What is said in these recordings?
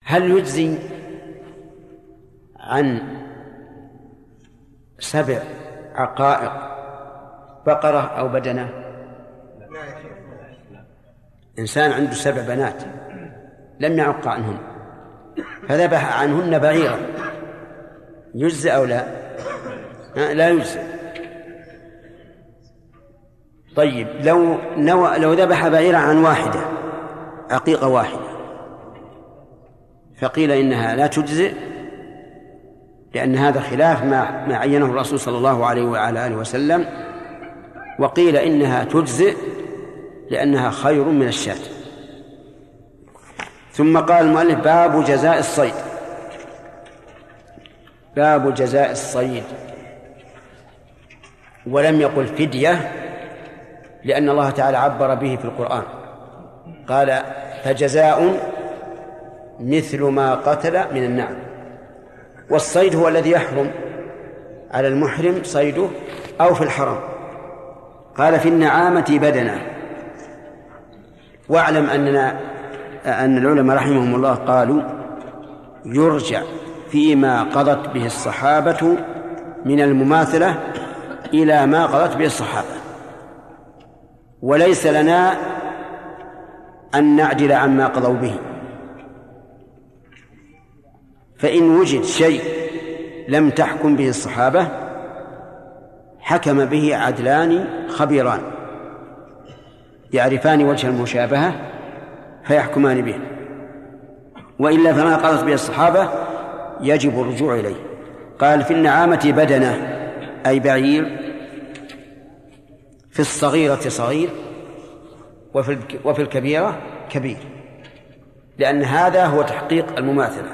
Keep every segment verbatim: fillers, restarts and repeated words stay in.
هل يجزي عن سبع عقائق بقرة أو بدنة؟ إنسان عنده سبع بنات لم يعق عنهن فذبح عنهن بعيرا، يجزي أو لا؟ لا يجزي. طيب لو نوى لو ذبح بعيرا عن واحدة، عقيقة واحدة، فقيل إنها لا تجزئ لأن هذا خلاف ما ما عينه الرسول صلى الله عليه وعلى آله وسلم، وقيل إنها تجزئ لأنها خير من الشاة. ثم قال المؤلف: باب جزاء الصيد. باب جزاء الصيد، ولم يقل فدية لأن الله تعالى عبر به في القرآن، قال: فجزاء مثل ما قتل من النعم. والصيد هو الذي يحرم على المحرم صيده أو في الحرم. قال: في النعامة بدنة. واعلم أننا أن العلماء رحمهم الله قالوا: يرجع فيما قضت به الصحابة من المماثلة إلى ما قضت به الصحابة، وليس لنا أن نعدل عما قضوا به. فإن وجد شيء لم تحكم به الصحابة حكم به عدلان خبيران يعرفان وجه المشابهة فيحكمان به، وإلا فما قضت به الصحابة يجب الرجوع إليه. قال: في النعامة بدنة أي بعير، في الصغيرة صغير، وفي الكبيرة كبير، لأن هذا هو تحقيق المماثلة.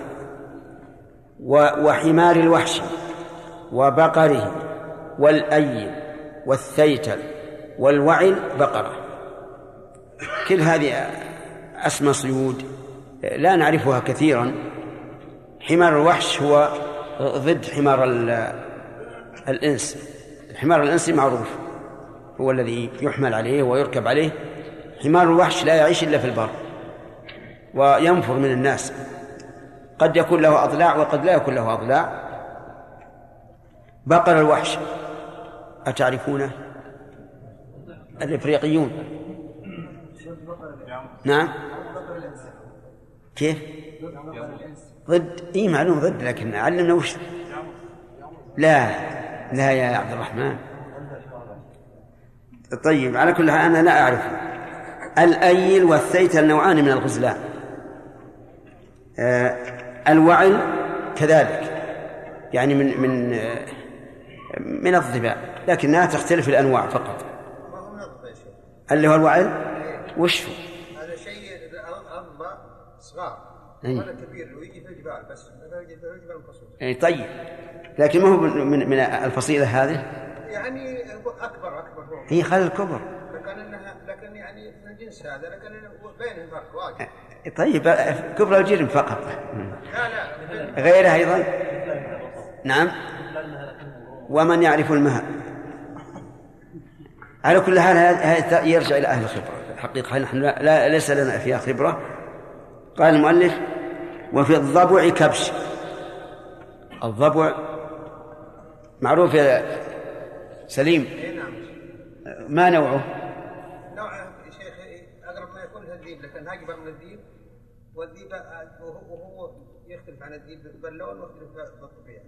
وحمار الوحش وبقره والأيل والثيتل والوعل بقرة، كل هذه أسمى صيود لا نعرفها كثيرا. حمار الوحش هو ضد حمار الإنس. حمار الإنس معروف، هو الذي يحمل عليه ويركب عليه. حمار الوحش لا يعيش إلا في البر وينفر من الناس، قد يكون له أضلاع وقد لا يكون له أضلاع. بقر الوحش أتعرفونه؟ الإفريقيون. نعم. كيف؟ ضد؟ إيه معلوم ضد، لكن علمنا وش. لا لا يا عبد الرحمن. طيب على كل حال أنا لا أعرف. الأيل والثيتل نوعان من الغزلان. آه الوعل كذلك، يعني من من آه من الضباع، لكنها تختلف الأنواع فقط. اللي هو الوعل وش هو؟ هذا شيء أضبع صغار ولا كبير ويجي في الجبال، بس يجي في الجبال الفصول. أي طيب، لكن ما هو من من الفصيلة هذه، يعني أكبر أكبر هو. هي خل الكبر. لكن إنها لكن يعني من الجنس هذا، لكن بينهم فرق واجد. طيب كبر الجرم فقط. لا لا غيرها أيضا. نعم. ومن يعرف المهر. على كل حال هذا يرجع إلى أهل الخبرة. الحقيقة نحن لا ليس لنا فيها خبرة. قال المؤلف: وفي الضبع كبش. الضبع معروف يا سليم، ما نوعه؟ نوعه يا شيخ أقرب ما يكون الذيب، لكن أكبر من الذيب، والذيب وهو يختلف عن الذيب باللون ويختلف بالطبيعة.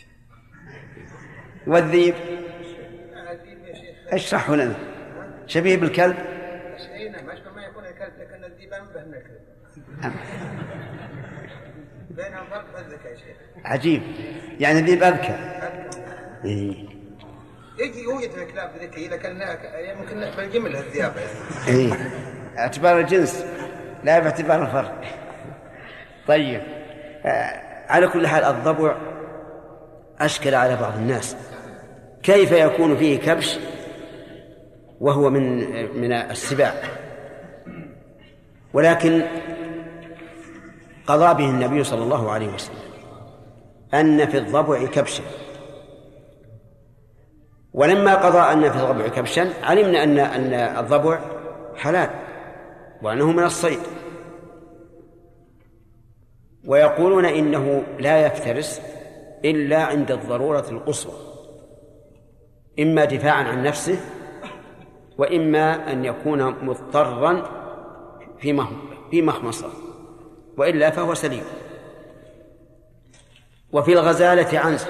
والذيب اشرحه لنا. شبيه بالكلب؟ نعم أشبه ما يكون الكلب، لكن الذيب أنبه من الكلب. بينهم فرق الذكاء يا شيخ. عجيب، يعني الذيب أذكى. إيه. يجي يوجد في الكلاب ذكي، لكن يمكن بالجمل الذئاب. إيه. اعتبار الجنس لا باعتبار الفرق. طيب آه على كل حال الضبع أشكل على بعض الناس، كيف يكون فيه كبش وهو من من السباع؟ ولكن قضى به النبي صلى الله عليه وسلم أن في الضبع كبشا، ولما قضى أن في الضبع كبشا علمنا أن أن الضبع حلال وأنه من الصيد. ويقولون إنه لا يفترس إلا عند الضرورة القصوى، إما دفاعا عن نفسه وإما أن يكون مضطرا في مخمصة، وإلا فهو سليم. وفي الغزالة عنز،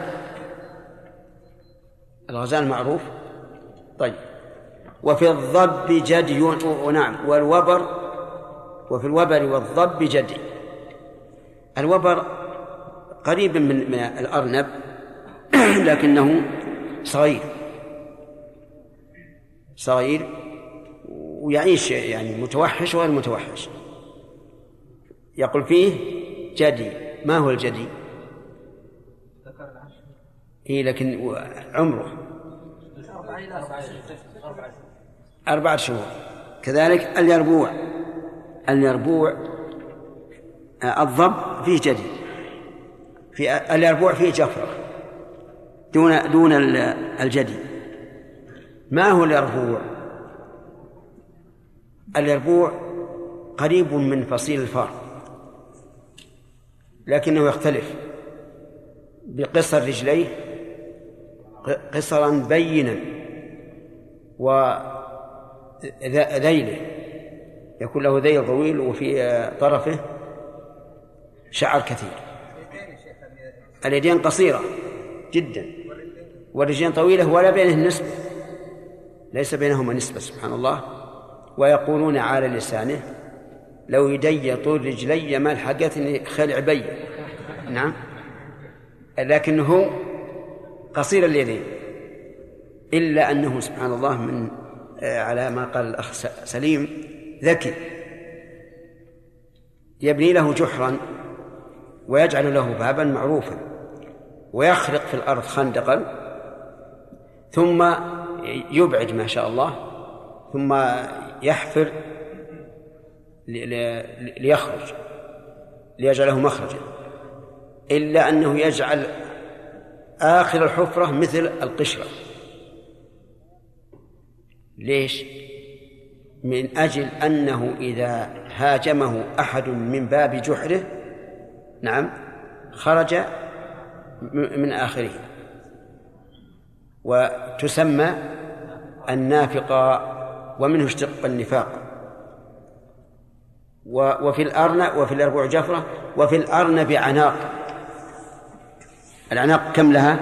الغزال معروف. طيب. وفي الضب جدي، ونعم، والوبر، وفي الوبر والضب جدي. الوبر قريب من, من الأرنب لكنه صغير صغير ويعيش يعني متوحش وغير متوحش. يقول فيه جدي. ما هو الجدي؟ إيه لكن عمره أربعة شهور. كذلك اليربوع، اليربوع الضب فيه جدي، في اليربوع فيه جفرة دون دون الجدي. ما هو اليربوع؟ اليربوع قريب من فصيل الفار، لكنه يختلف بقصر رجليه قصرا بينا، وذيله يكون له ذيل طويل وفي طرفه شعر كثير. اليدين قصيرة جدا والرجلين طويلة ولا بينه نسبة، ليس بينهما نسبة سبحان الله. ويقولون على لسانه لو يدي طول رجلي ما لحقتني خلع بي. نعم، لكنه قصير اليدين، إلا أنه سبحان الله من على ما قال الأخ سليم ذكي، يبني له جحرا ويجعل له بابا معروفا ويخرق في الأرض خندقا ثم يبعد ما شاء الله ثم يحفر ليخرج ليجعله مخرجا، إلا أنه يجعل آخر الحفرة مثل القشرة. ليش؟ من أجل أنه إذا هاجمه أحد من باب جحره نعم خرج من آخره. وتسمى النافقة، ومنه اشتق النفاق. وفي الأرنب وفي الأربع جفرة، وفي الأرنب عناق. العناق كم لها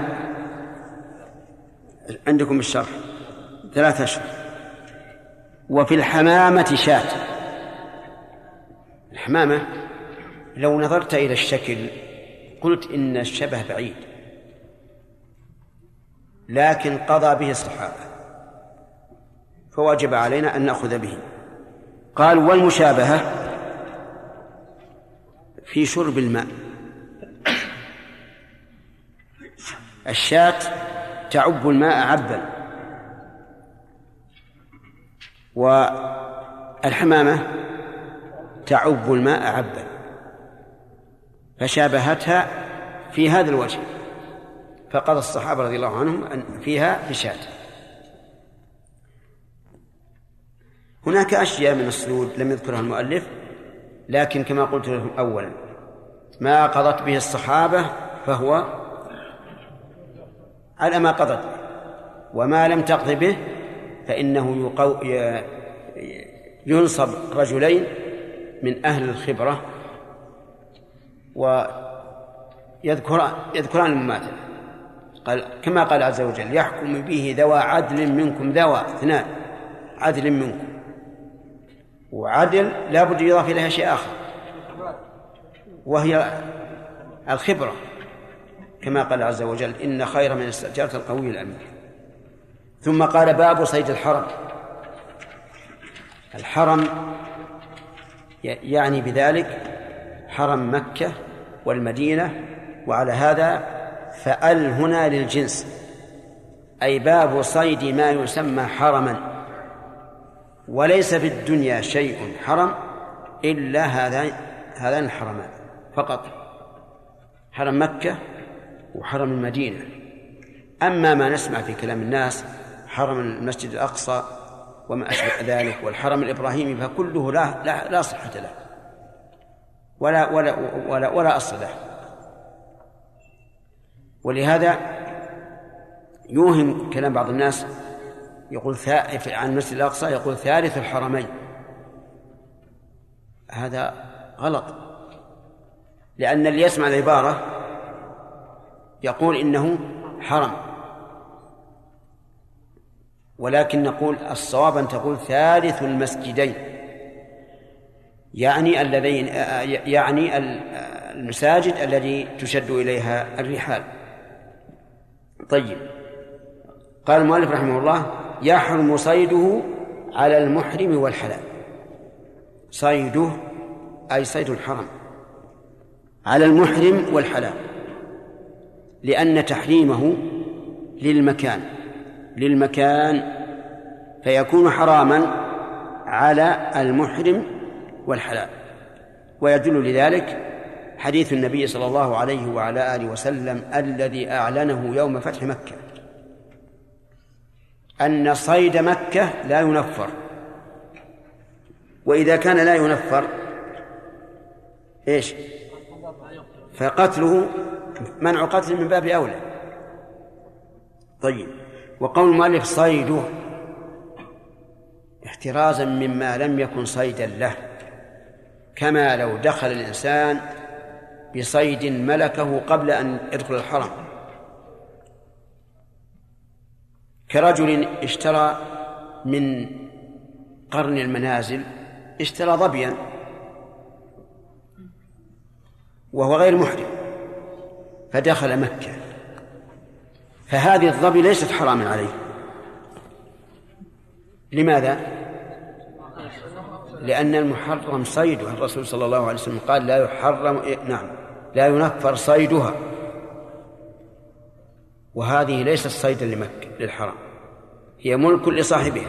عندكم الشرح؟ ثلاثة أشهر. وفي الحمامة شاة. الحمامة لو نظرت إلى الشكل قلت إن الشبه بعيد، لكن قضى به الصحابة فوجب علينا أن نأخذ به. قال والمشابهة في شرب الماء. الشاة تعب الماء عبا، والحمامة تعب الماء عبا، فشابهتها في هذا الوجه، فقضى الصحابة رضي الله عنهم فيها بشاة. هناك أشياء من السرود لم يذكرها المؤلف، لكن كما قلت لكم أولا ما قضت به الصحابة فهو على ما قضت به، وما لم تقض به فإنه يقو... ينصب رجلين من أهل الخبرة ويذكران يذكران المماثل. قال كما قال عز وجل يحكم به ذوى عدل منكم، ذوى اثنان عدل منكم، وعدل لا بد يضاف إليها شيء آخر وهي الخبرة، كما قال عز وجل إن خير من استأجرت القوي الأمين. ثم قال باب صيد الحرم. الحرم يعني بذلك حرم مكة والمدينة، وعلى هذا فأل هنا للجنس، أي باب صيد ما يسمى حرما. وليس في الدنيا شيء حرم إلا هذان هذان الحرمان فقط، حرم مكة وحرم المدينة. أما ما نسمع في كلام الناس حرم المسجد الأقصى وما أشبه ذلك والحرم الإبراهيمي فكله لا, لا, لا صحة له، ولا ولا ولا, ولا أصل له. ولهذا يوهم كلام بعض الناس يقول عن المسجد الأقصى يقول ثالث الحرمين. هذا غلط، لأن اللي يسمع العبارة يقول إنه حرم، ولكن نقول الصواب أن تقول ثالث المسجدين، يعني الذين يعني المساجد التي تشد إليها الرحال. طيب، قال المؤلف رحمه الله: يحرم صيده على المحرم والحلال. صيده أي صيد الحرم على المحرم والحلال، لأن تحريمه للمكان للمكان فيكون حراما على المحرم والحلال. ويدل لذلك حديث النبي صلى الله عليه وعلى آله وسلم الذي أعلنه يوم فتح مكة أن صيد مكة لا ينفر، وإذا كان لا ينفر إيش؟ فقتله منع قتل من باب أولى. طيب، وقول المؤلف صيده احترازا مما لم يكن صيدا له، كما لو دخل الإنسان بصيد ملكه قبل أن يدخل الحرم، كرجل اشترى من قرن المنازل اشترى ظبيا وهو غير محرم فدخل مكة، فهذه الظبي ليست حراما عليه. لماذا؟ لأن المحرم صيدها، الرسول صلى الله عليه وسلم قال لا يحرم نعم لا ينفر صيدها، وهذه ليست صيدا لمكة للحرم، هي ملك لصاحبها،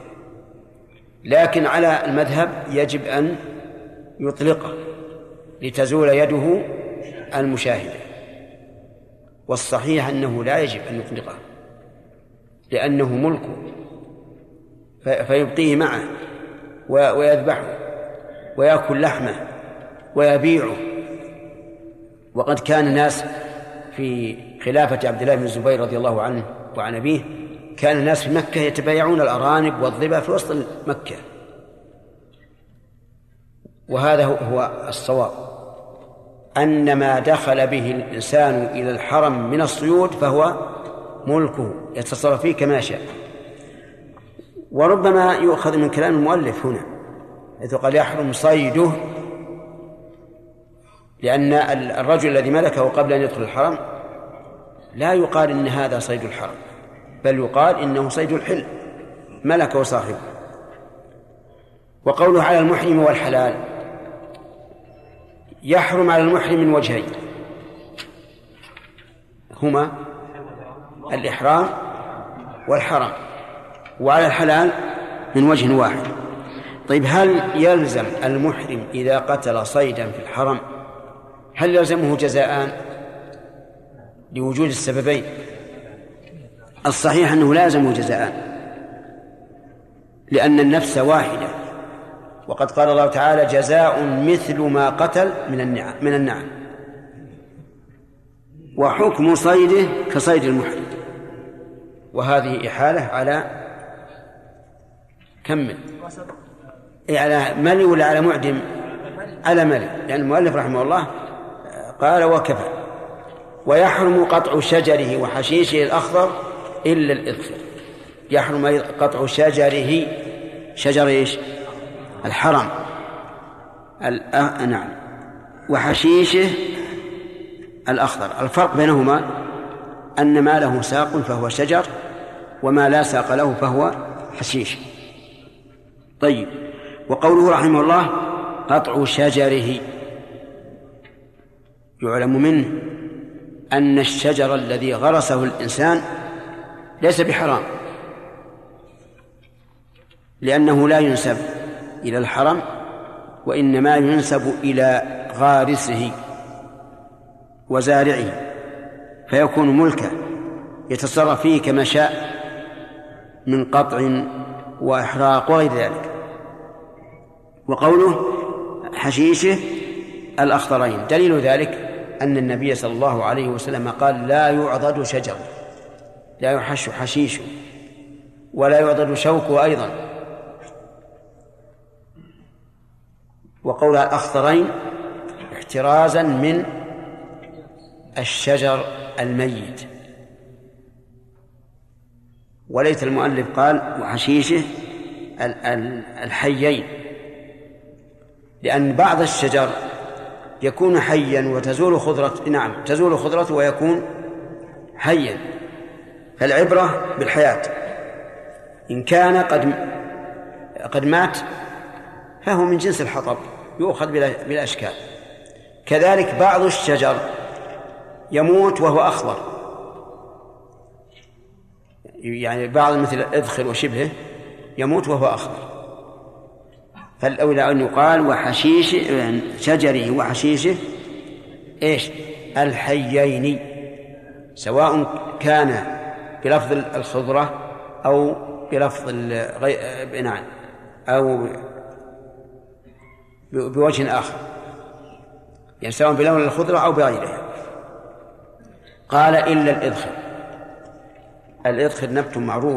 لكن على المذهب يجب أن يطلقه لتزول يده المشاهدة، والصحيح أنه لا يجب أن يطلقه لأنه ملكه، فيبقيه معه ويذبحه ويأكل لحمه ويبيعه. وقد كان الناس في خلافة عبد الله بن الزبير رضي الله عنه وعن أبيه، كان الناس في مكة يتبايعون الأرانب والظبا في وسط مكة، وهذا هو الصواب، أن ما دخل به الإنسان إلى الحرم من الصيود فهو ملكه يتصرف فيه كما شاء. وربما يؤخذ من كلام المؤلف هنا حيث قال يحرم صيده، لأن الرجل الذي ملكه قبل أن يدخل الحرم لا يقال إن هذا صيد الحرم، بل يقال إنه صيد الحل ملكه صاحبه. وقوله على المحرم والحلال، يحرم على المحرم من وجهين هما الإحرام والحرم، وعلى الحلال من وجه واحد. طيب، هل يلزم المحرم إذا قتل صيدا في الحرم هل يلزمه جزاءان لوجود السببين؟ الصحيح أنه لا يلزمه جزاءان، لأن النفس واحدة، وقد قال الله تعالى جزاء مثل ما قتل من النعم من النعم وحكم صيده كصيد المحرم. وهذه إحالة على كمل على ملي ولا على معدم؟ على ملي، لأن المؤلف رحمه الله قال وكفى. ويحرم قطع شجره وحشيشه الأخضر إلا الإذخر. يحرم قطع شجره، شجر إيش؟ الحرم. نعم. وحشيشه الأخضر. الفرق بينهما أن ما له ساق فهو شجر، وما لا ساق له فهو حشيش. طيب، وقوله رحمه الله قطع شجره، يعلم منه أن الشجر الذي غرسه الإنسان ليس بحرام، لأنه لا ينسب إلى الحرم، وإنما ينسب إلى غارسه وزارعه، فيكون ملكه يتصرف فيه كما شاء من قطع وإحراق وغير ذلك. وقوله حشيشه الأخضرين. دليل ذلك أن النبي صلى الله عليه وسلم قال لا يعضد شجر، لا يحش حشيش، ولا يعضد شوكه أيضا. وقول الأخضرين احترازا من الشجر الميت. وليت المؤلف قال وحشيشه الحيين، لأن بعض الشجر يكون حيا وتزول خضرة، نعم تزول خضرته ويكون حيا، فالعبرة بالحياة. إن كان قد قد مات فهو من جنس الحطب يؤخذ بالأشكال. كذلك بعض الشجر يموت وهو أخضر، يعني بعض مثل الإذخر وشبهه يموت وهو أخضر، فالأولى أن يقال وحشيش شجره وحشيشه إيش الحيين، سواء كان بلفظ الخضرة أو بلفظ الغي... نعم أو بوجه آخر، يعني سواء بلون الخضرة أو بغيرها. قال إلا الإذخر. الإذخر نبت معروف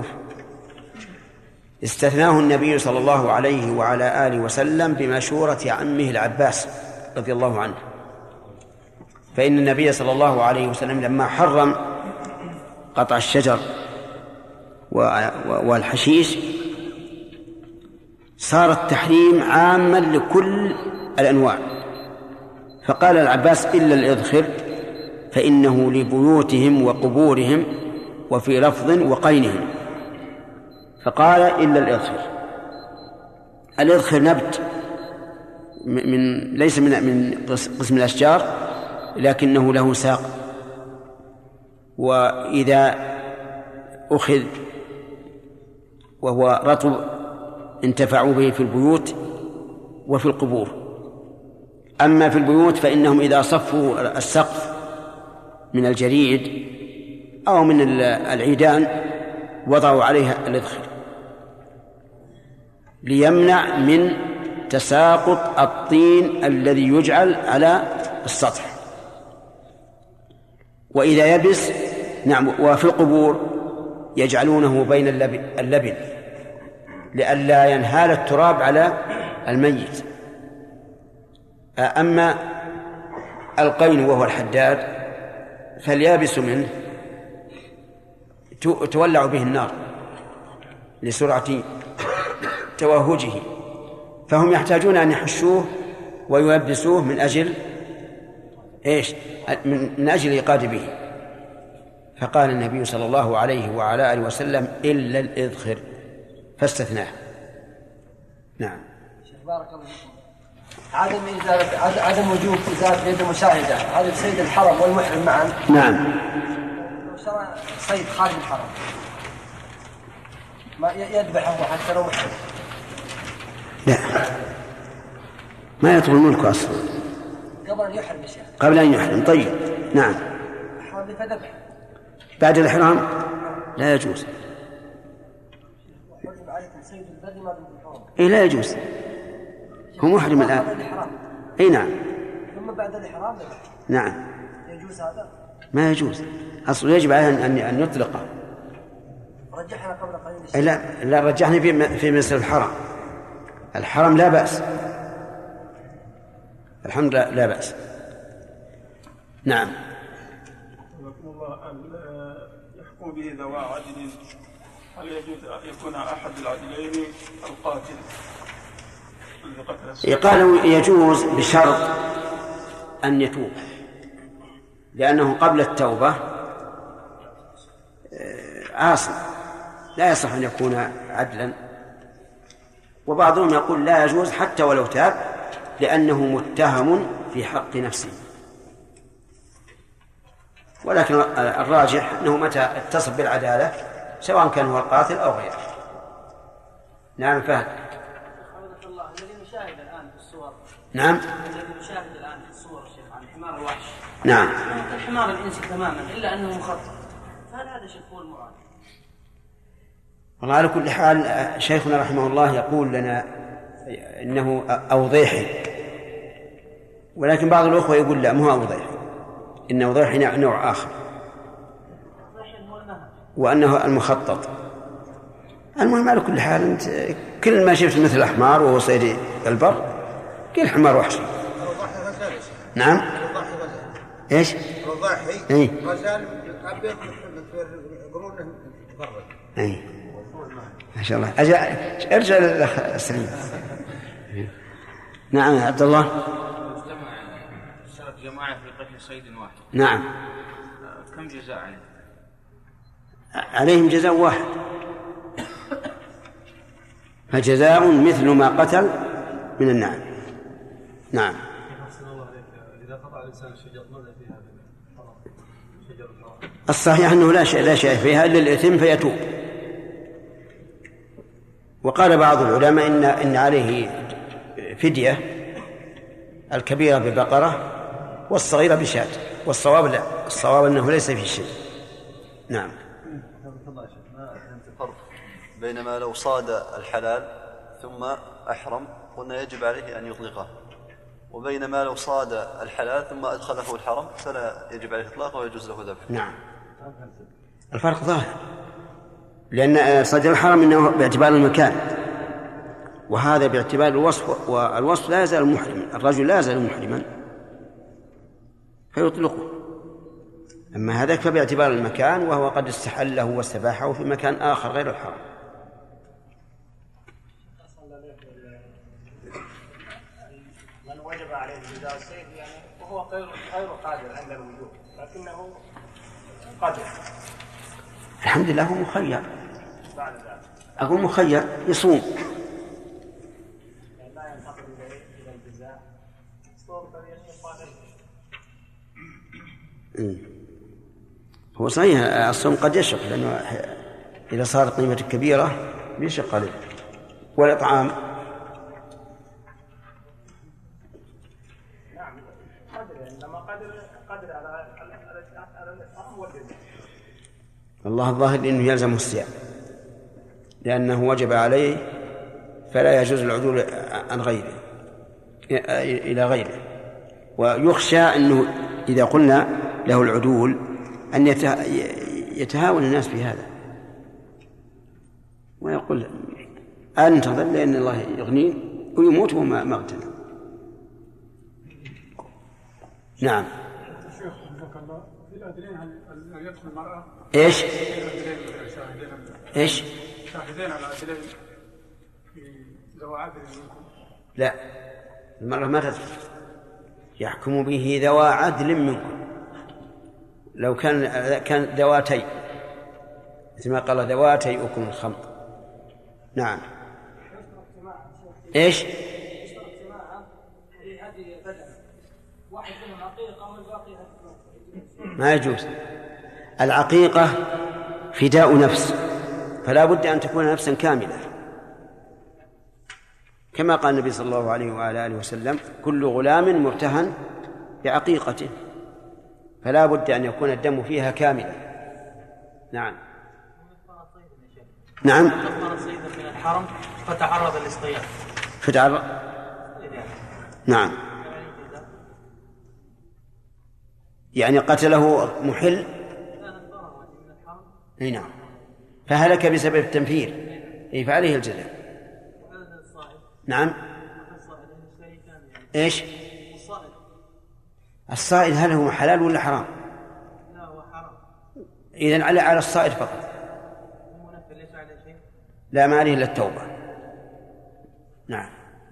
استثناه النبي صلى الله عليه وعلى آله وسلم بمشورة عمه العباس رضي الله عنه، فإن النبي صلى الله عليه وسلم لما حرم قطع الشجر والحشيش صار التحريم عاما لكل الأنواع، فقال العباس إلا الإذخر فإنه لبيوتهم وقبورهم وفي لفظ وقينهم، فقال إلا الإذخر. الإذخر نبت من ليس من من قسم الأشجار، لكنه له ساق، وإذا أخذ وهو رطب انتفعوا به في البيوت وفي القبور. أما في البيوت فإنهم إذا صفوا السقف من الجريد أو من العيدان وضعوا عليها الإذخر ليمنع من تساقط الطين الذي يجعل على السطح. وإذا يبس نعم وفي القبور يجعلونه بين اللبن, اللبن لئلا ينهال التراب على الميت. أما القين وهو الحداد فاليابس منه تولع به النار لسرعة توهجه، فهم يحتاجون أن يحشوه ويلبسوه من أجل إيش؟ من أجل الإيقاد به. فقال النبي صلى الله عليه وعلى آله وسلم إلا الإذخر فاستثناه. نعم. بارك الله فيكم. عدم إزالة عدم وجوب إزالة يد المشاهدة هذا صيد الحرم والمحرم معا. نعم. شرع صيد خارج الحرم ما يذبحه حتى لو محرم. لا ما يطول ملكه أصلا قبل أن يحرم يا شيخ. قبل أن يحرم. طيب نعم. حرم فذبح بعد الإحرام لا يجوز. يجب عليكم صيد البر ما بالحرم. إيه لا يجوز، هو محرم الآن. إيه نعم. ثم بعد الإحرام ذبح. نعم. يجوز هذا؟ ما يجوز، أصل يجب عليه أن أن يطلقه. رجحنا قبل قليل. إيه لا لا رجحنا في في مثل الحرم. الحرم لا بأس، الحمد لله لا بأس. نعم. يحكم به ذوى عدل، هل يجوز أن يكون أحد العدلين القاتل؟ قالوا يجوز بشرط أن يتوب، لأنه قبل التوبة عاصم لا يصح أن يكون عدلا. وبعضهم يقول لا يجوز حتى ولو تاب لأنه متهم في حق نفسه، ولكن الراجح أنه متى اتصف بالعدالة سواء كان هو القاتل أو غيره. نعم فهد. الذي نشاهد الآن في الصور. نعم. الذي نشاهد الآن في الصور الشيخ عن حمار الوحش. نعم. الحمار الإنسي تماما إلا أنه مخطط، فهل هذا شيخ هو المراد؟ والله على كل حال شيخنا رحمه الله يقول لنا إنه أوضيحي ولكن بعض الأخوة يقول لا، مو أبو ضيح، إن أبو ضيح نوع آخر، وأنه المخطط. المهم على كل حال، أنت كل ما شفت مثل الأحمار وهو صيد البر كل حمار وحشي. نعم. إيش؟ الضاحي إيه؟ غزال أبيض قرونه مفرد. إيه ما شاء الله. أجل ارجع للأخ سليم. نعم يا عبد الله. اشترك جماعة في قتل صيد واحد. نعم. كم جزاء عليه؟ عليهم جزاء واحد، فجزاء مثل ما قتل من النعم. نعم. إذا قطع الإنسان الشجر ماذا في هذا الشجر الحرام؟ الصحيح أنه لا شيء لا شيء فيها إلا الإثم فيتوب. وقال بعض العلماء إن إن عليه فدية، الكبيرة ببقرة والصغيرة بشاة، والصواب لا، الصواب أنه ليس في شيء. نعم. فرق بينما لو صاد الحلال ثم أحرم قلنا يجب عليه أن يطلقه، وبينما لو صاد الحلال ثم أدخله الحرم فلا يجب عليه إطلاقه ويجوز له ذبحه. نعم. الفرق ظاهر، لأن صيد الحرم إنه باعتبار المكان، وهذا باعتبار الوصف، والوصف لا يزال محرما، الرجل لا يزال محرما فيطلقه. أما هذاك فباعتبار المكان، وهو قد استحله واستباحه في مكان آخر غير الحرم. من وجب عليه جزاء الصيد يعني وهو غير غير قادر عند الوجوب، لكنه قادر. الحمد لله هو مخير. بعد ذلك أقول مخير يصوم. يعني لا ينتقل إلى الجزاء. صوم فليشرب قادر. هو صحيح الصوم قد يشق، لأنه إذا صار قيمة كبيرة يشق عليه. والإطعام نعم قدر، عندما قدر قدر على على الإطعام والجزاء. الله الظاهر إنه يلزم الصيام، لأنه وجب عليه فلا يجوز العدول عن غيره إلى غيره. ويخشى أنه إذا قلنا له العدول أن يتهاون الناس في هذا ويقول أنتظر لأن الله يغنيه ويموت وما ما اغتنى. نعم. شيخ حفظك الله، في الأدلين هل يدخل المرأة؟ إيش؟ إيش؟ شاهدين على أدلين في ذوي عدل منكم؟ لا، المرأة ما تدخل، يحكم به ذوى عدل منكم. لو كان كان ذواتي مثل ما قال ذواتي أكل الخمر. نعم. إيش؟ ما يجوز. العقيقة فداء نفس، فلا بد أن تكون نفسا كاملة، كما قال النبي صلى الله عليه وعلى آله وسلم: كل غلام مرتهن بعقيقته، فلا بد أن يكون الدم فيها كاملا. نعم. نعم. صيدا من الحرم فتعرض للاصطياد. فتعرض. نعم. يعني قتله محل. اي نعم. فهلك بسبب التنفير، اي فعليه الجزاء. نعم. ايش؟ الصائد هل هو حلال ولا حرام؟ لا هو حرام. إذن على على الصائد فقط. لا ما عليه إلا التوبة. نعم.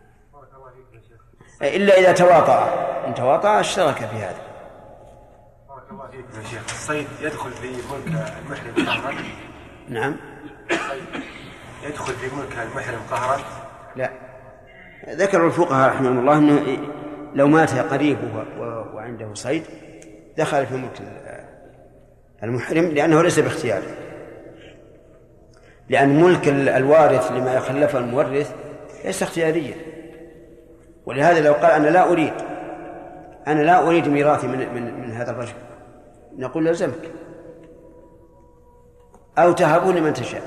إلا إذا تواطأ، إن تواطأ اشترك في هذا. بارك الله فيك يا شيخ. الصيد يدخل في ملك المحرم قهرا؟ نعم. يدخل في ملك المحرم قهرا؟ لا. ذكر الفقهاء رحمهم الله أنه لو مات قريبه وعنده صيد دخل في ملك المحرم، لأنه ليس باختياره، لأن ملك الوارث لما يخلف المورث ليس اختياريا. ولهذا لو قال أنا لا أريد أنا لا أريد ميراثي من, من, من هذا الرجل، نقول لزمك أو تهبوا لمن تشاء.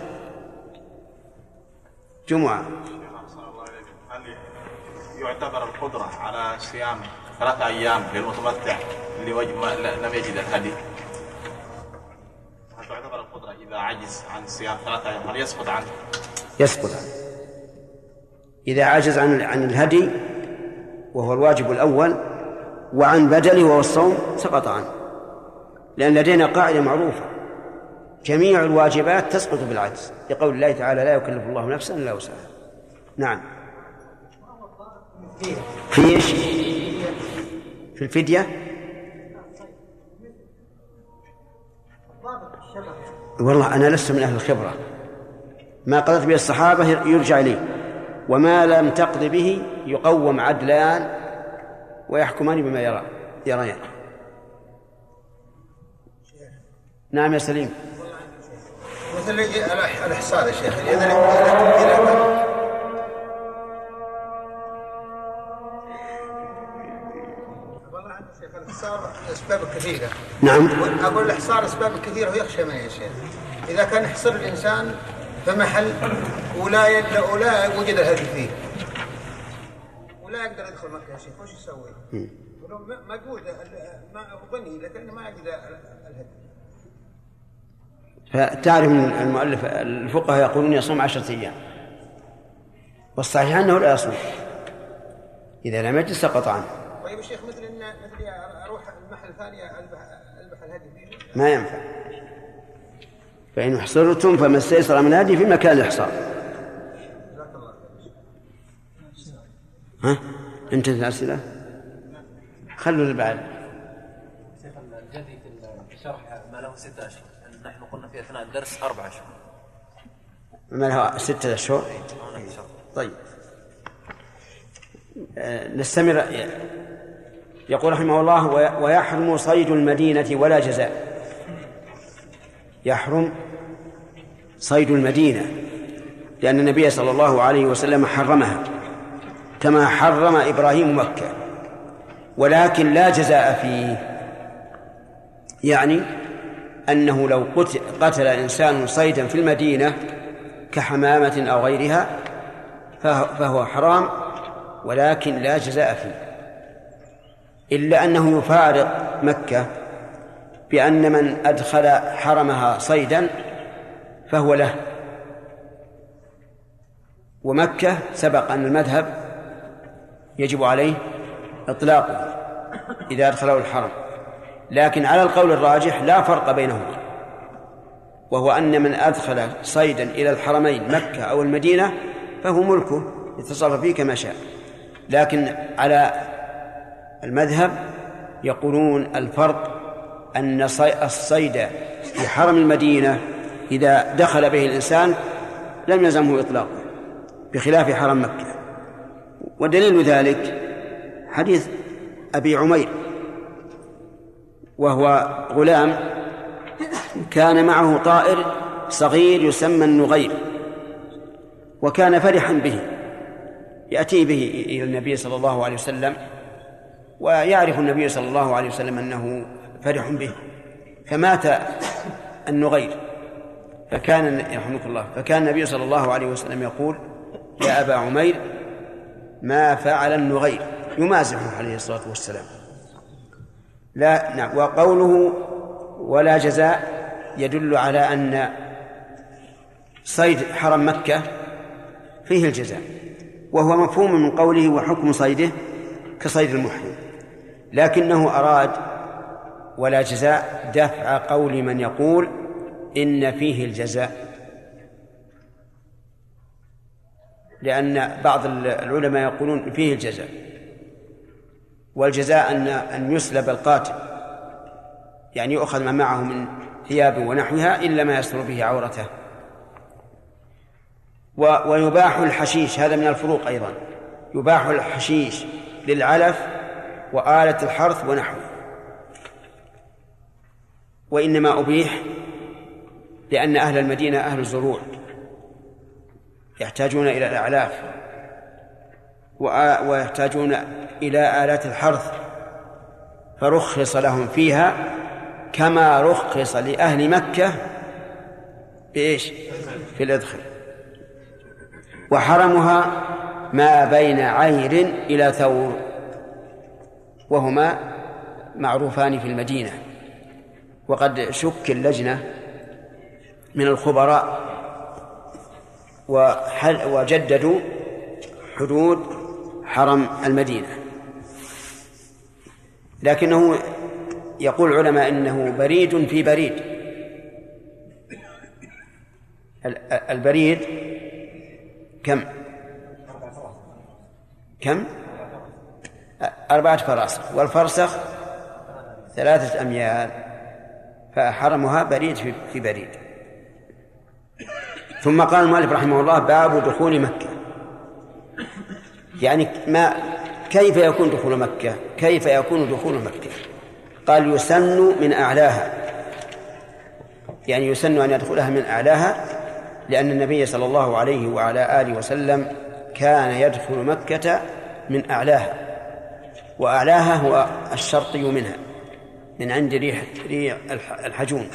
جمعة. هل يعتبر القدرة على صيام ثلاثة أيام في المتمتع اللي وجه ما لم يجد الهدي، هل تعتبر القدرة إذا عجز عن صيام ثلاثة أيام هل يسقط عنه؟ يسقط عنه إذا عجز عن عن الهدي وهو الواجب الأول وعن بدله وهو الصوم سقط عنه، لأن لدينا قاعدة معروفة: جميع الواجبات تسقط بالعجز، لقول الله تعالى: لا يكلف الله نفسا إلا وسعها. نعم. في إيش؟ في الفدية؟ والله أنا لست من أهل الخبرة، ما قضت به الصحابة يرجع لي، وما لم تقض به يقوم عدلان ويحكمان بما يرى يريان. نعم يا سليم. مثل الإحصار يا شيخ، إذا إذا الإحصار أسباب كثيرة. نعم. أقول الإحصار أسباب كثيرة ويخشى منه يا شيخ. إذا كان يحصر الإنسان في محل ولا يد ولا وجد الهدي فيه ولا يقدر يدخل مكة يا شيخ، وش يسوي؟ موجود ما غني لكن ما يجد الهدي. فتعرف المؤلف الفقهاء يقولون يصوم عشرة أيام، والصحيح أنه لا يصوم إذا لم يجد سقط عنه. طيب الشيخ مثل إن مثل أروح المحل ثاني ألبح ألبح الهدي فيه ما ينفع، فإن احصرتم فما استيسر من الهدي في مكان الإحصار. ها انتهت الأسئلة؟ خلوا البعد. شيخ الجدي في الشرح ما له ستة أشهر، نحن قلنا في أثناء الدرس أربع أشهر. ما له ستة أشهر. طيب أه نستمر. يقول رحمه الله: ويحرم صيد المدينة ولا جزاء. يحرم صيد المدينة لأن النبي صلى الله عليه وسلم حرمها كما حرم إبراهيم مكة، ولكن لا جزاء فيه، يعني أنه لو قتل إنسان صيدا في المدينة كحمامة أو غيرها فهو حرام ولكن لا جزاء فيه، إلا أنه يفارق مكة بأن من أدخل حرمها صيدا فهو له، ومكة سبق أن المذهب يجب عليه إطلاقه إذا أدخله الحرم، لكن على القول الراجح لا فرق بينهما، وهو أن من أدخل صيدا إلى الحرمين مكة أو المدينة فهو ملكه يتصرف فيه كما شاء، لكن على المذهب يقولون الفرق أن الصيد في حرم المدينة إذا دخل به الإنسان لم يلزمه إطلاقه بخلاف حرم مكة. ودليل ذلك حديث أبي عمير، وهو غلام كان معه طائر صغير يسمى النغير، وكان فرحا به يأتي به إلى النبي صلى الله عليه وسلم، ويعرف النبي صلى الله عليه وسلم أنه فرح به، فمات النغير، فكان يرحمك الله فكان النبي صلى الله عليه وسلم يقول: يا أبا عمير ما فعل النغير، يمازحه عليه الصلاة والسلام. لا نعم. وقوله ولا جزاء يدل على أن صيد حرم مكة فيه الجزاء، وهو مفهوم من قوله وحكم صيده كصيد المحرم، لكنه أراد ولا جزاء دفع قول من يقول إن فيه الجزاء، لأن بعض العلماء يقولون فيه الجزاء، والجزاء أن أن يسلب القاتل، يعني يؤخذ ما معه من ثياب ونحوها إلا ما يستر به عورته. ويباح الحشيش، هذا من الفروق أيضا، يباح الحشيش للعلف وآلة الحرث ونحوه، وإنما أبيح لأن أهل المدينة أهل الزروع يحتاجون إلى الأعلاف ويحتاجون إلى آلات الحرث، فرخص لهم فيها كما رخص لأهل مكة بإيش؟ في الإدخل. وحرمها ما بين عير إلى ثور، وهما معروفان في المدينة. وقد شكل لجنة من الخبراء وجددوا حدود حرم المدينة، لكنه يقول العلماء إنه بريد في بريد. البريد كم كم أربعة فراسخ، والفرسخ ثلاثة أميال، فحرمها بريد في بريد. ثم قال المؤلف رحمه الله: باب دخول مكة. يعني ما كيف يكون دخول مكة؟ كيف يكون دخول مكة؟ قال: يسن من أعلاها، يعني يسن أن يدخلها من أعلاها، لأن النبي صلى الله عليه وعلى آله وسلم كان يدخل مكة من أعلاها، وأعلاها هو الشرقي منها، من عند ريح الحجون.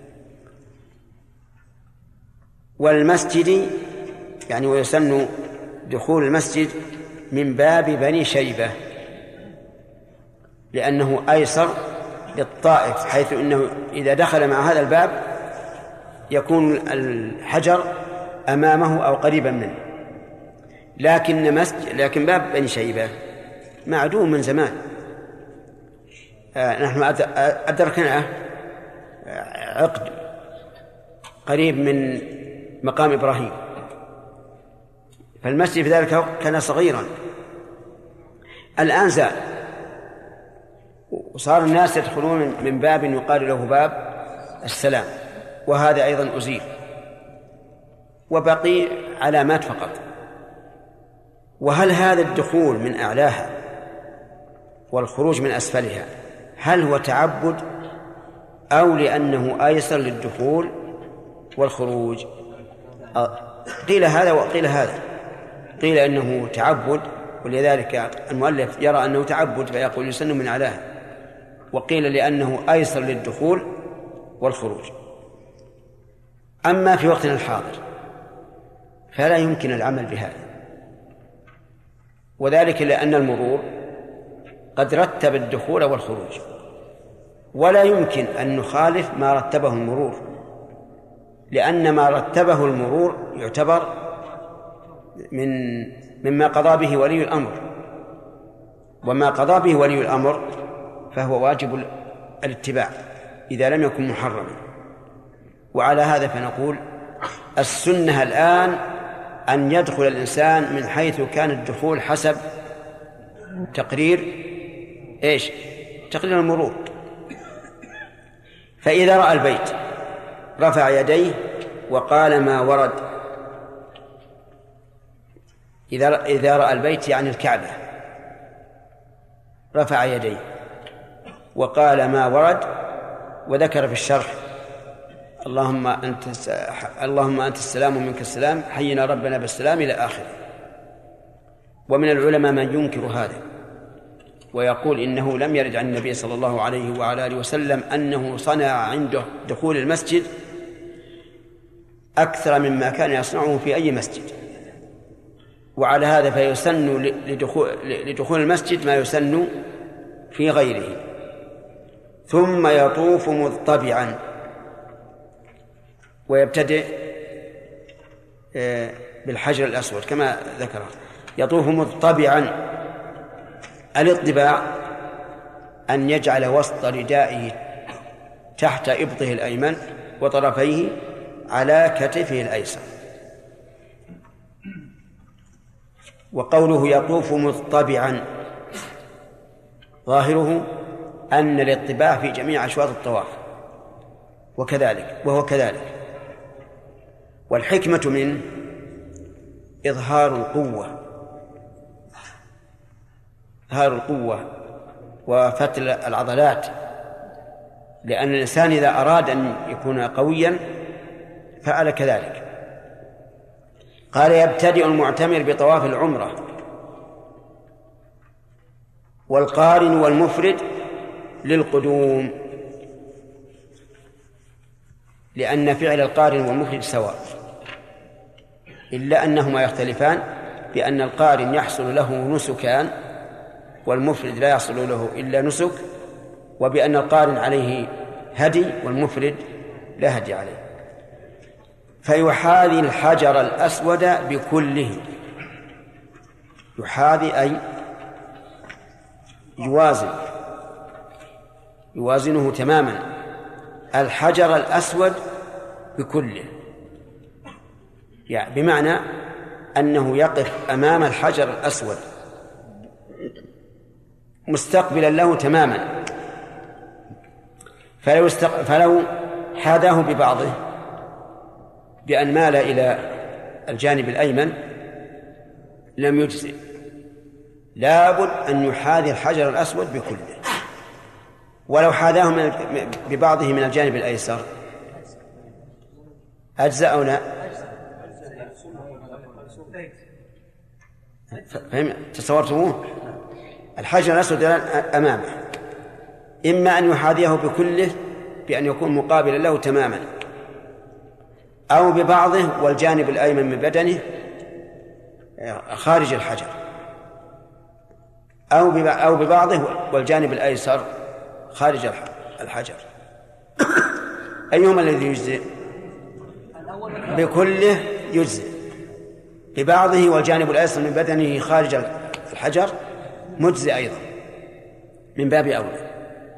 والمسجد يعني ويسن دخول المسجد من باب بني شيبة، لأنه أيسر للطائف، حيث أنه إذا دخل مع هذا الباب يكون الحجر أمامه أو قريبا منه. لكن مسجد لكن باب بني شيبة معدوم من زمان. آه نحن أدركنا عقد قريب من مقام إبراهيم، فالمسجد في ذلك كان صغيرا. الآن زال، وصار الناس يدخلون من باب يقال له باب السلام، وهذا أيضا أزيل، وبقي علامات فقط. وهل هذا الدخول من أعلاها والخروج من أسفلها هل هو تعبد أو لأنه أيسر للدخول والخروج؟ قيل هذا وقيل هذا. قيل إنه تعبد، ولذلك المؤلف يرى أنه تعبد فيقول يسن من أعلاها، وقيل لأنه أيسر للدخول والخروج. أما في وقتنا الحاضر فلا يمكن العمل بهذا، وذلك لأن المرور قد رتب الدخول والخروج، ولا يمكن أن نخالف ما رتبه المرور، لأن ما رتبه المرور يعتبر من مما قضى به ولي الأمر، وما قضى به ولي الأمر فهو واجب الاتباع إذا لم يكن محرما. وعلى هذا فنقول السنة الآن أن يدخل الإنسان من حيث كان الدخول حسب تقرير إيش؟ تقرير المرور. فإذا رأى البيت رفع يديه وقال ما ورد. إذا إذا رأى البيت يعني الكعبة رفع يديه وقال ما ورد، وذكر في الشرح: اللهم أنت اللهم أنت السلام ومنك السلام، حينا ربنا بالسلام إلى آخره. ومن العلماء من ينكر هذا ويقول إنه لم يرد عن النبي صلى الله عليه وعلى آله وسلم أنه صنع عنده دخول المسجد أكثر مما كان يصنعه في أي مسجد. وعلى هذا فيسن لدخول, لدخول المسجد ما يسن في غيره. ثم يطوف مضطبعا، ويبتدئ بالحجر الأسود كما ذكر. يطوف مضطبعا. الاطباع أن يجعل وسط ردائه تحت إبطه الأيمن وطرفيه على كتفه الأيسر. وقوله يطوف مضطبعا ظاهره أن الاطباع في جميع أشواط الطواف، وكذلك وهو كذلك. والحكمة منه إظهار القوة إظهار القوة وفتل العضلات، لأن الإنسان إذا أراد أن يكون قويا فعل كذلك. قال يبتدئ المعتمر بطواف العمرة، والقارن والمفرد للقدوم، لأن فعل القارن والمفرد سواء، إلا أنهما يختلفان بأن القارن يحصل له نسكان والمفرد لا يحصل له إلا نسك، وبأن القارن عليه هدي والمفرد لا هدي عليه. فيحاذي الحجر الأسود بكله. يحاذي أي يوازن، يوازنه تماما الحجر الأسود بكله، يعني بمعنى أنه يقف أمام الحجر الأسود مستقبلا له تماما، فلو, استق... فلو حاذاه ببعضه بأن مال إلى الجانب الأيمن لم يجزئ، لابد أن يحاذي الحجر الأسود بكله. ولو حاذاه من ببعضه من الجانب الأيسر أجزأ أو لا؟ فهم تصورتموه؟ الحجر الأسود أمامه، إما أن يحاذيه بكله بأن يكون مقابلا له تماما، أو ببعضه والجانب الأيمن من بدنه خارج الحجر، أو أو ببعضه والجانب الأيسر خارج الحجر. أيهما الذي يجزئ؟ بكله يجزئ، ببعضه والجانب الأيسر من بدنه خارج الحجر مجزئ أيضا من باب أولى.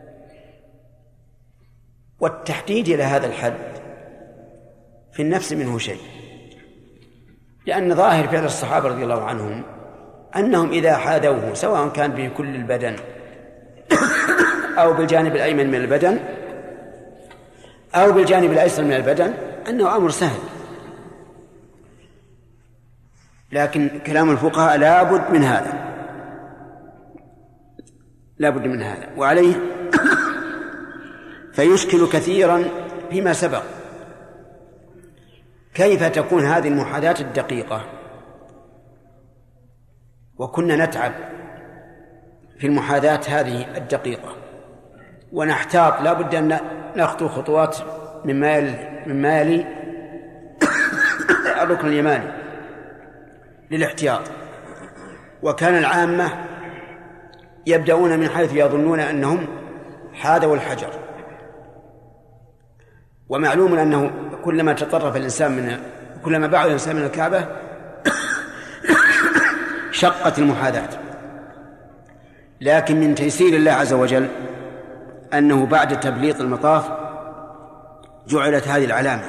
والتحديد إلى هذا الحد في النفس منه شيء، لأن ظاهر فعل الصحابة رضي الله عنهم أنهم إذا حاذوه سواء كان بكل البدن أو بالجانب الأيمن من البدن أو بالجانب الأيسر من البدن أنه أمر سهل. لكن كلام الفقهاء لا بد من هذا، لا بد من هذا، وعليه فيشكل كثيرا فيما سبق كيف تكون هذه المحاذاة الدقيقة، وكنا نتعب في المحاذاة هذه الدقيقة ونحتاط، لا بد أن نخطو خطوات مما يلي, مما يلي الركن اليماني للاحتياط. وكان العامة يبدأون من حيث يظنون أنهم حاذوا الحجر، ومعلوم أنه كلما تطرف الإنسان من كلما بعد الإنسان من الكعبة شقت المحاذاة. لكن من تيسير الله عز وجل أنه بعد تبليط المطاف جعلت هذه العلامة،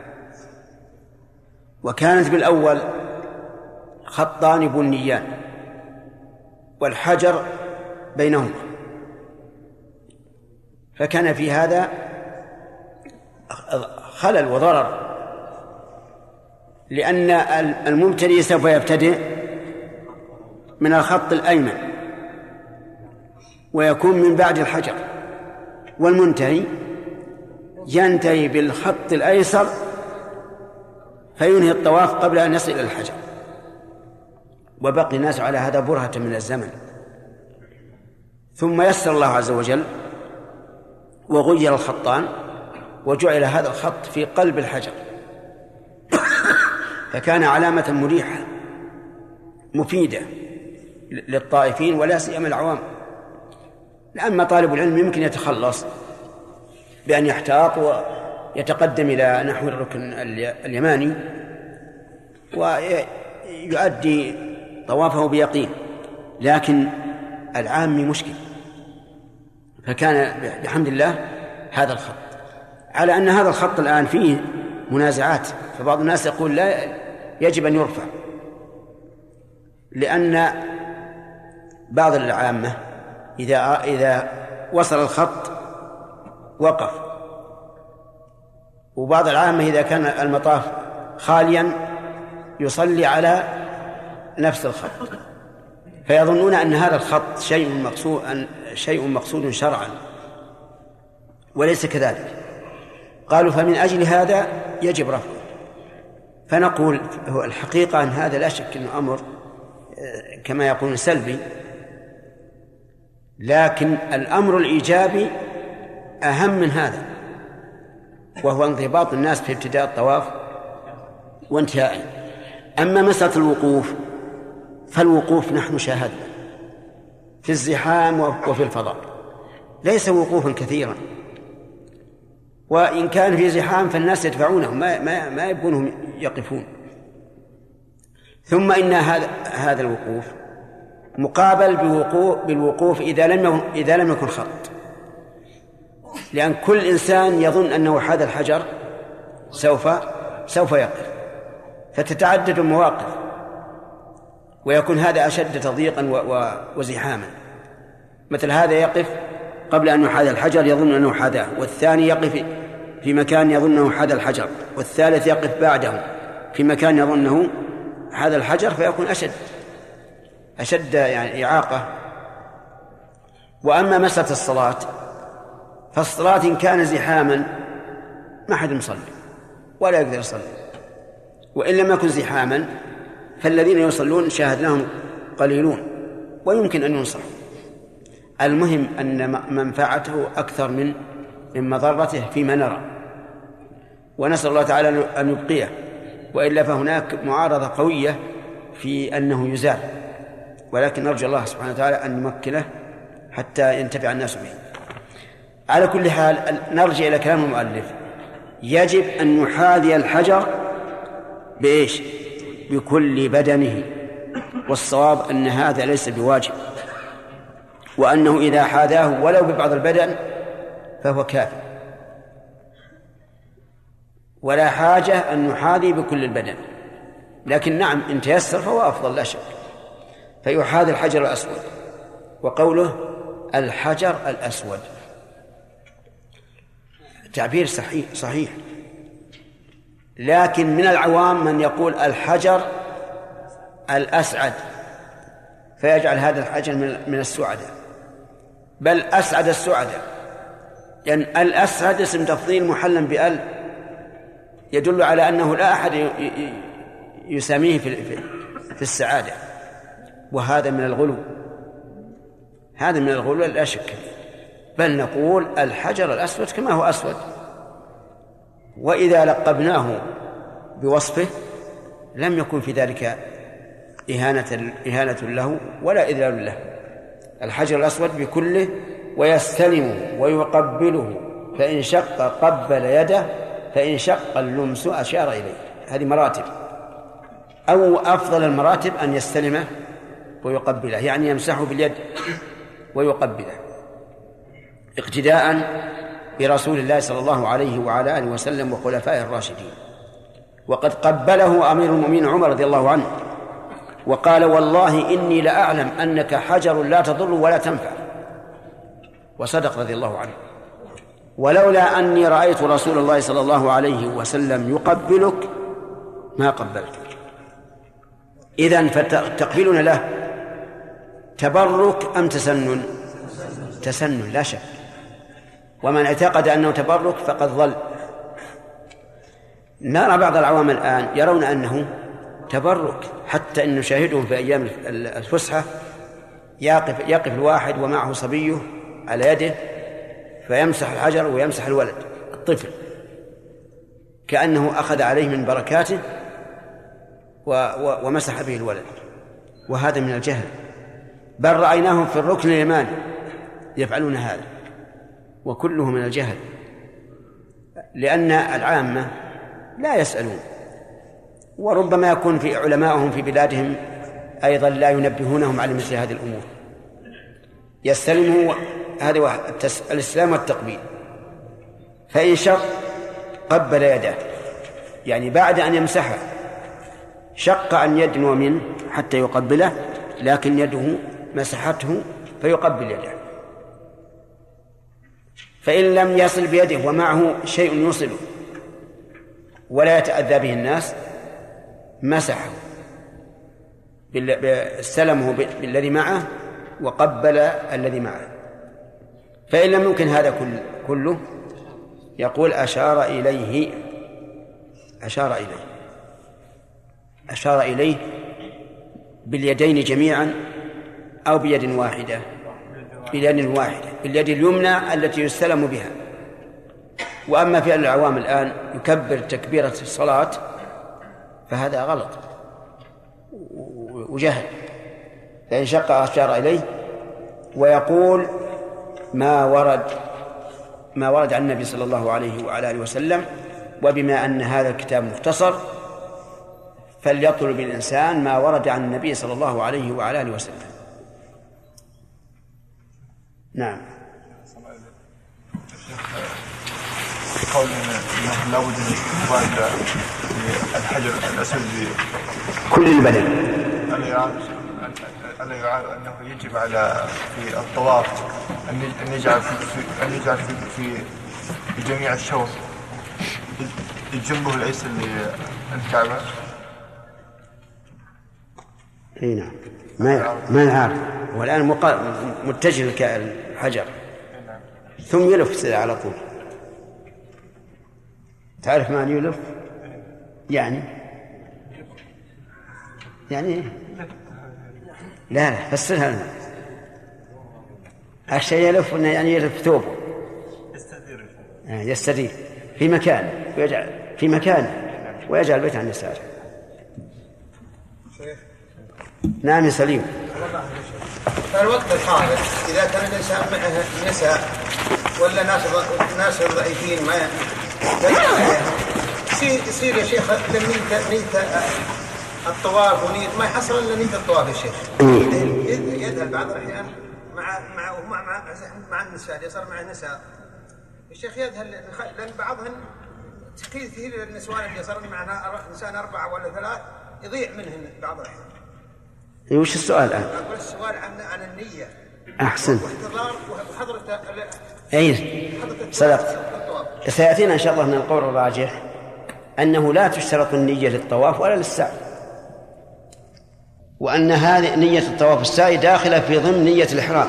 وكانت بالأول خطان بنيان والحجر بينهما، فكان في هذا خلل وضرر، لأن المبتدئ سوف يبتدئ من الخط الأيمن ويكون من بعد الحجر، والمنتهي ينتهي بالخط الأيسر فينهي الطواف قبل أن يصل إلى الحجر. وبقي الناس على هذا برهة من الزمن، ثم يسر الله عز وجل وغير الخطان وجعل هذا الخط في قلب الحجر، فكان علامة مريحة مفيدة للطائفين ولا سيما العوام. لأما طالب العلم يمكن يتخلص بأن يحتاط ويتقدم إلى نحو الركن اليماني ويؤدي طوافه بيقين، لكن العام مشكل. فكان بحمد الله هذا الخط، على أن هذا الخط الآن فيه منازعات، فبعض الناس يقول لا يجب أن يرفع، لأن بعض العامة إذا إذا وصل الخط وقف، وبعض العامة إذا كان المطاف خاليا يصلي على نفس الخط، فيظنون أن هذا الخط شيء مقصود شيء مقصود شرعا، وليس كذلك. قالوا فمن أجل هذا يجب رفعه. فنقول هو الحقيقة أن هذا لا شك أنه أمر كما يقولون سلبي، لكن الأمر الإيجابي أهم من هذا، وهو انضباط الناس في ابتداء الطواف وانتهائه. أما مسألة الوقوف فالوقوف نحن شاهدنا في الزحام وفي الفضاء، ليس وقوفا كثيرا، وإن كان في زحام فالناس يدفعونهم ما ما ما يبونهم يقفون. ثم إن هذا هذا الوقوف مقابل بوقوف بالوقوف إذا لم إذا لم يكن خط، لأن كل إنسان يظن أنه حاذ الحجر سوف سوف يقف، فتتعدد المواقف ويكون هذا أشد تضييقا وزحاما. مثل هذا يقف قبل أن يحاذ الحجر يظن أنه حاذاه، والثاني يقف في مكان يظن أنه حاذ الحجر، والثالث يقف بعده في مكان يظن أنه حاذ الحجر، فيكون أشد أشد يعني إعاقة. وأما مسألة الصلاة فالصلاة إن كان زحاما ما حد يصلي ولا يقدر يصلي، وإن لم يكن زحاما فالذين يصلون شاهدناهم قليلون ويمكن أن ينصحوا. المهم أن منفعته أكثر من من مضرته فيما نرى، ونسأل الله تعالى أن يبقيه، وإلا فهناك معارضة قوية في أنه يزال، ولكن نرجو الله سبحانه وتعالى أن يمكنه حتى ينتفع الناس به. على كل حال نرجع إلى كلام المؤلف، يجب أن يحاذي الحجر بإيش؟ بكل بدنه، والصواب أن هذا ليس بواجب، وأنه إذا حاذاه ولو ببعض البدن فهو كافي، ولا حاجة أن نحاذي بكل البدن، لكن نعم إن تيسر فهو أفضل لا شك. فيحاذي الحجر الأسود، وقوله الحجر الأسود تعبير صحيح صحيح، لكن من العوام من يقول الحجر الأسعد، فيجعل هذا الحجر من السعداء، بل أسعد السعداء، لأن يعني الأسعد اسم تفضيل محلا بأل يدل على أنه لا أحد يسميه في في السعادة، وهذا من الغلو، هذا من الغلو لا شك، بل نقول الحجر الأسود كما هو أسود، وإذا لقبناه بوصفه لم يكن في ذلك إهانة, إهانة له ولا إذلال له. الحجر الأسود بكله، ويستلم ويقبله، فإن شق قبل يده، فإن شق اللمس أشار إليه. هذه مراتب، أو أفضل المراتب أن يستلمه ويقبله، يعني يمسحه باليد ويقبله اقتداء برسول الله صلى الله عليه وعلى آله وسلم وخلفائه الراشدين. وقد قبله أمير المؤمنين عمر رضي الله عنه وقال والله إني لأعلم أنك حجر لا تضر ولا تنفع، وصدق رضي الله عنه، ولولا أني رأيت رسول الله صلى الله عليه وسلم يقبلك ما قبلتك. إذن فتقبلنا له تبرك أم تسنن؟ تسنن لا شك، ومن اعتقد أنه تبرك فقد ضل. نرى بعض العوام الآن يرون أنه تبرك، حتى أن نشاهدهم في أيام الفسحة يقف, يقف الواحد ومعه صبيه على يده فيمسح الحجر ويمسح الولد الطفل كأنه أخذ عليه من بركاته ومسح به الولد، وهذا من الجهل. بل رأيناهم في الركن اليماني يفعلون هذا، وكله من الجهل، لأن العامة لا يسألون، وربما يكون في علماءهم في بلادهم أيضا لا ينبهونهم على مثل هذه الأمور. يستلمه هذا واحد الإسلام والتقبيل، فإن شق قبل يده، يعني بعد أن يمسحه شق أن يدنو منه حتى يقبله، لكن يده مسحته فيقبل يده. فإن لم يصل بيده ومعه شيء يوصله ولا يتأذى به الناس مسحه، استلمه بالذي معه وقبل الذي معه. فإن لم يمكن هذا كله يقول أشار إليه أشار إليه أشار إليه باليدين جميعا أو بيد واحدة باليد واحدة باليد اليمنى التي يستلم بها. وأما في العوام الآن يكبر تكبيرة الصلاة فهذا غلط وجهل، فإن شق أشار إليه ويقول ما ورد ما ورد عن النبي صلى الله عليه وعلى آله وسلم، وبما أن هذا الكتاب مختصر فليطلب الإنسان ما ورد عن النبي صلى الله عليه وعلى آله وسلم. نعم. قول انه لا بد من استقبال الحجر الاسود كل البدن، الا يعاد انه يجب على في الطواف ان يجعل في ان يجعل في في, في جميع الشوط الجنبه الايسر للكعبه. اي نعم، ما ما يعرف، والان متجه الحجر ثم يلف على طول. تعرف معنى يلف؟ يعني يعني لا لا فسرها لنا. الشيء يلف يعني يلف ثوبه، يستدير يستدير في مكان ويجعل في مكان ويجعل البيت عن يساره. نعم سليم. في الوقت الحاضر إذا كان الإنسان معه نساء ولا ناس ناس ضعيفين ما يصير يا شيخ لما نيت الطواف ونيت ما يحصل إلا نيت الطواف يا شيخ. يذهب بعض الأحيان مع مع مع مع, مع النساء يصير مع النساء الشيخ يذهب لأن بعضهم كثير النسوان اللي صار معنا نساء أربعة ولا ثلاث يضيع منهم بعض الأحيان. وش السؤال الآن؟ أقول السؤال عن عن النية. أحسن. واحتضار وحضرة. أي صدقت. سيأتينا إن شاء الله من القول الراجح أنه لا تشترط النية للطواف ولا للسعي، وأن هذه نية الطواف والسعي داخلة في ضمن نية الإحرام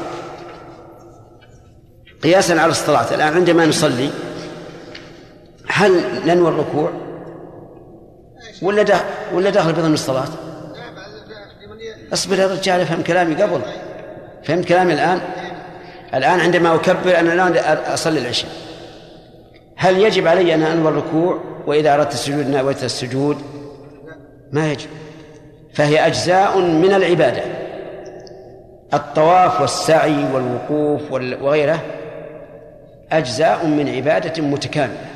قياسا على الصلاة. الآن عندما نصلي هل ننوي الركوع ولا دا ولا داخل بضمن الصلاة؟ اصبر يا رجال، افهم كلامي قبل. فهمت كلامي الآن؟ الآن عندما أكبر أنا لا أصلي العشاء، هل يجب علي أن أنوي الركوع وإذا أردت السجود نويت السجود؟ ما يجب. فهي أجزاء من العبادة. الطواف والسعي والوقوف وغيره أجزاء من عبادة متكاملة.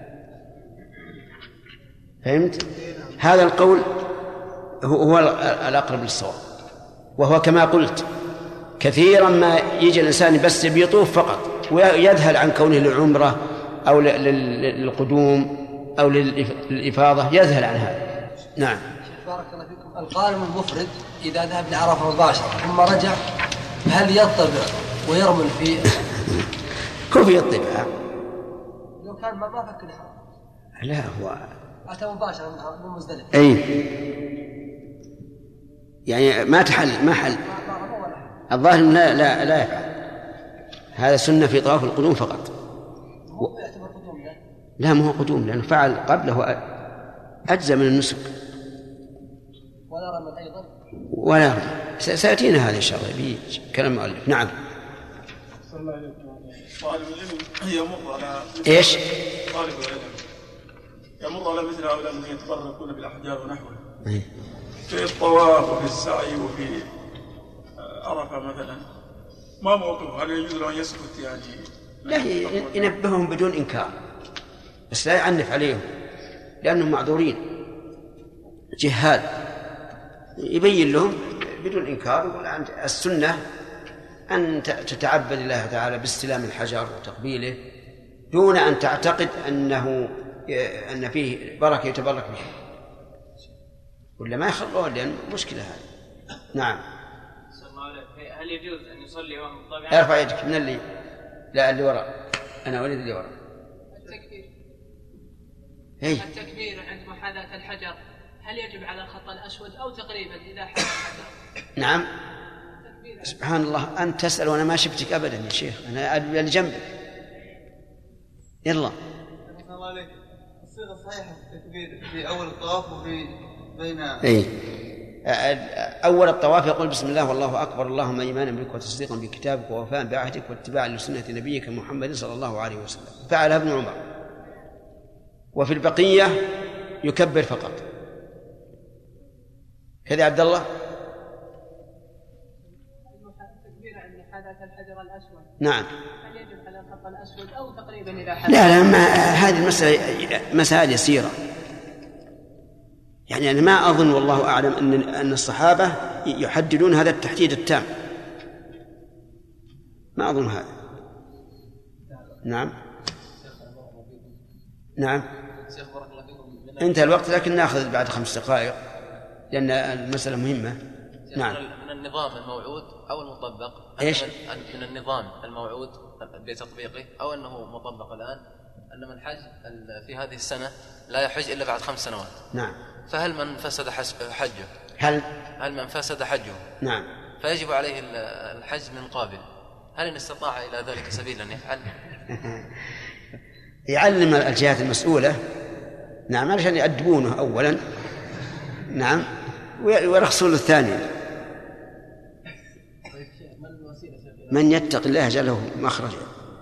فهمت؟ هذا القول هو الأقرب للصواب، وهو كما قلت كثيرا ما يجي الإنسان بس بيطوف فقط ويذهل عن كونه للعمرة أو للقدوم أو للإفاضة، يذهل عن هذا. نعم. بارك الله فيكم. القائم المفرد إذا ذهب لعرفة مباشرة ثم رجع هل يطبع ويرمل في كيف يطبع؟ لو كان ما ما فك الحرام. لا هو أتى مباشرة من مزدلفة. أي يعني ما تحل ما حل. الظاهر لا لا لا يفعل هذا، سنة في طواف القدوم فقط. هو يعتبر قدوم لا؟ لا ما هو قدوم لأنه فعل قبله أجزاء من النسك. ولا رمل أيضا؟ ولا رمل. سيأتينا هذا إن شاء الله بكلام المؤلف. نعم. طالب العلم يمر على إيش؟ طالب العلم يمر على مثل هؤلاء الذين يتبركون بالأحجار ونحوه في الطواف وفي السعي وفي عرفة مثلا، ما موقفه؟ هل يجوز له أن يسكت يعني؟ لا، ينبههم بدون إنكار بس لا يعنف عليهم لأنهم معذورين جهال، يبين لهم بدون إنكار. يقول السنة أن تتعبد الله تعالى باستلام الحجر وتقبيله دون أن تعتقد أنه أن فيه بركة يتبرك به، ولا ما يخلون لأن مشكلة هذه. نعم. هل يجوز أن يصلي وهو مطبعا؟ ارفع يدك من اللي لا اللي وراء، أنا أريد اللي وراء. التكبير. هي. التكبير عند محاذاة الحجر هل يجب على الخط الأسود أو تقريبا إذا حاذى الحجر؟ نعم. سبحان الله، أنت تسأل وأنا ما شفتك أبدا يا شيخ، أنا اللي جنبك. يلا. الله عليك. الصيغة الصحيحة في التكبير في أول الطواف وفي بين. إيه. أول الطواف يقول بسم الله والله أكبر اللهم إيمانا بك وتصديقا بكتابك ووفاء بعهدك واتباعا لسنة نبيك محمد صلى الله عليه وسلم. فعلها ابن عمر. وفي البقية يكبر فقط. كذا عبد الله. التكبير عند محاذاة ذاك الحجر الأسود. نعم. هل يجب على الخط الأسود أو تقريبا إذا حدث؟ لا لا، ما هذه المسألة مسائل يسيرة، يعني أنا ما أظن والله أعلم أن أن الصحابة يحددون هذا التحديد التام، ما أظن هذا. نعم نعم انتهى الوقت، لكن نأخذ بعد خمس دقائق لأن المسألة مهمة. نعم. من النظام الموعود أو المطبق؟ إيش؟ من النظام الموعود بتطبيقه أو أنه مطبق الآن أن من حج في هذه السنة لا يحج إلا بعد خمس سنوات. نعم. فهل من فسد حجه هل هل من فسد حجه نعم فيجب عليه الحج من قابل، هل إن استطاع إلى ذلك سبيلا يفعل؟ يعلم الجهات المسؤولة، نعم، علشان يأدبونه أولا، نعم، ويرخصون الثانية. من يتق الله جعله مخرجا.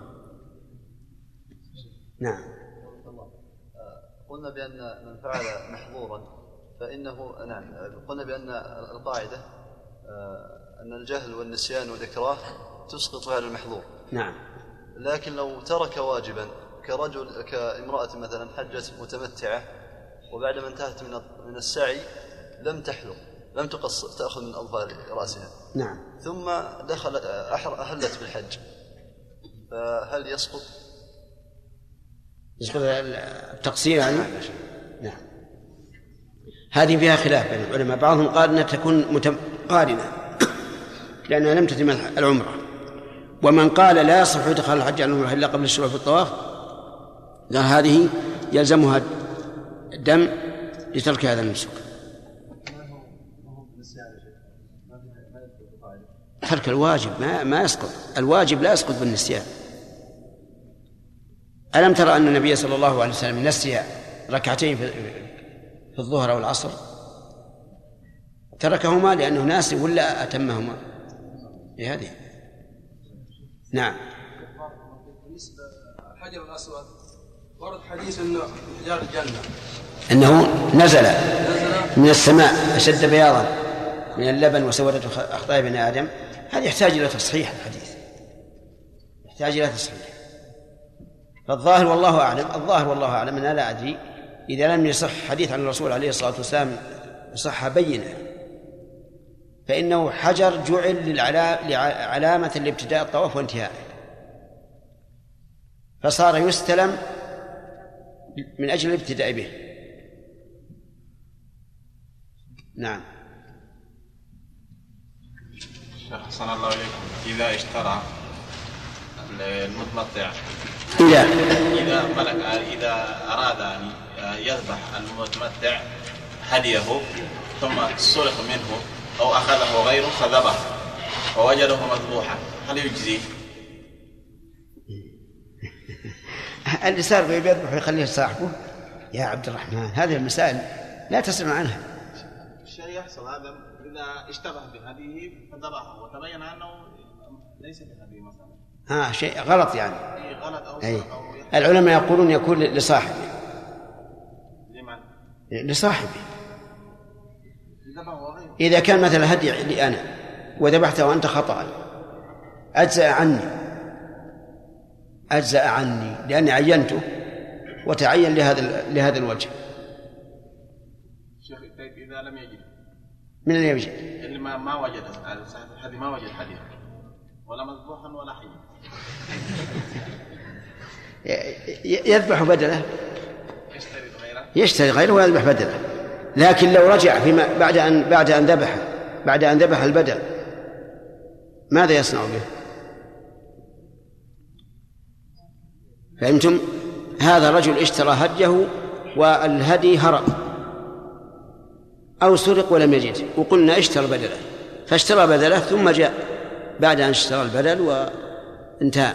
نعم. قلنا بأن من فعل محظورا فإنه نعم قلنا بأن القاعدة أن الجهل والنسيان والإكراه تسقط فعل المحظور. نعم. لكن لو ترك واجبا كرجل كامرأة مثلا حجت متمتعة وبعد ما انتهت من من السعي لم تحلق، لم تقص تأخذ من أظفار رأسها. نعم. ثم دخلت أحلت بالحج، فهل يسقط؟ يسقط التقصير يعني؟ نعم. هذه فيها خلاف بين العلماء، بعضهم قال أنها تكون متقارنة لأنها لم تتم العمرة، ومن قال لا يصح إدخال الحج على العمرة إلا قبل الشروع في الطواف قال هذه يلزمها الدم لترك هذا النسك. ترك الواجب ما ما يسقط، الواجب لا يسقط بالنسيان. ألم ترى أن النبي صلى الله عليه وسلم نسي ركعتين في الظهر والعصر؟ تركهما لأنه ناسي ولا أتمهما؟ لهذه. نعم. بالنسبة الحجر الأسود ورد حديث أنه حجار الجنة أنه نزل من السماء أشد بياضا من اللبن وسودته أخطاء بني آدم. هذا يحتاج إلى تصحيح الحديث، يحتاج إلى تصحيح. فالظاهر والله أعلم، الظاهر والله أعلم أنا لا أدري إذا لم يصح حديث عن الرسول عليه الصلاة والسلام صحة بينة، فإنه حجر جعل لعلامة لابتداء الطواف وانتهائه، فصار يستلم من أجل الابتداء به. نعم. أحسن الله إليكم. إذا اشترى المتمتع إذا إذا ملك إذا أراد أن يذبح المتمتع هديه ثم سرق منه أو أخذه غيره فذبح ووجده مذبوحا هل يجزيه؟ اللي صار بيذبح ويخليه صاحبه يا عبد الرحمن، هذه المسائل لا تسمع عنها. الشيء يحصل هذا إذا اشتبه بهديه فذبحه وتبين أنه ليس بهديه مثلا. ها شيء غلط يعني. إيه غلط أو, أي. أو العلماء يقولون يكون لصاحبه. لمن؟ لصاحبه. إذا كان مثلا هدي لي أنا وذبحته وأنت خطأ أجزأ عني أجزأ عني لأني عينته وتعين لهذا لهذا الوجه. شيخ إذا لم يجد من اللي يجد؟ اللي ما ما وجد هذه ما وجد حديث ولا مذبوحا ولا حي يذبح بدله، يشتري غيره يشتري غيره ويذبح بدله. لكن لو رجع فيما بعد أن بعد أن ذبح بعد أن ذبح البدل ماذا يصنع به؟ فهمتم؟ هذا رجل اشترى هديه والهدي هرب أو سرق ولم يجد، وقلنا اشترى بدله، فاشترى بدله ثم جاء بعد أن اشترى البدل وانتهى.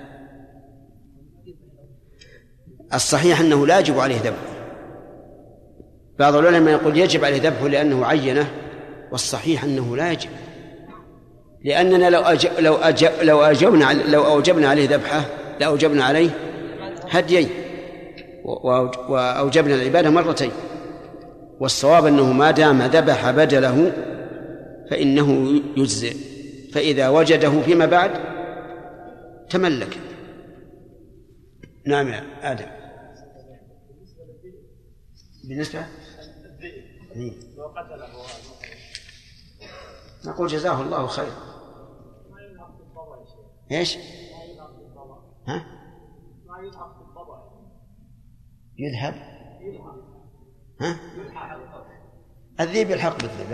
الصحيح أنه لا يجب عليه ذبحه. بعض العلماء يقول يجب عليه ذبحه لأنه عينه، والصحيح أنه لا يجب، لأننا لو أجب لو أجب لو أوجبنا لو أوجبنا عليه ذبحه لأوجبنا عليه هديين وأوجبنا العبادة مرتين. والصواب أنه ما دام ذبح بدله فإنه يجزئ فإذا وجده فيما بعد تملك. نعم يا آدم. بالنسبة لو قتله نقول جزاه الله خير. ايش؟ ها؟ يذهب ها؟ الذيب يلحق بالذئب.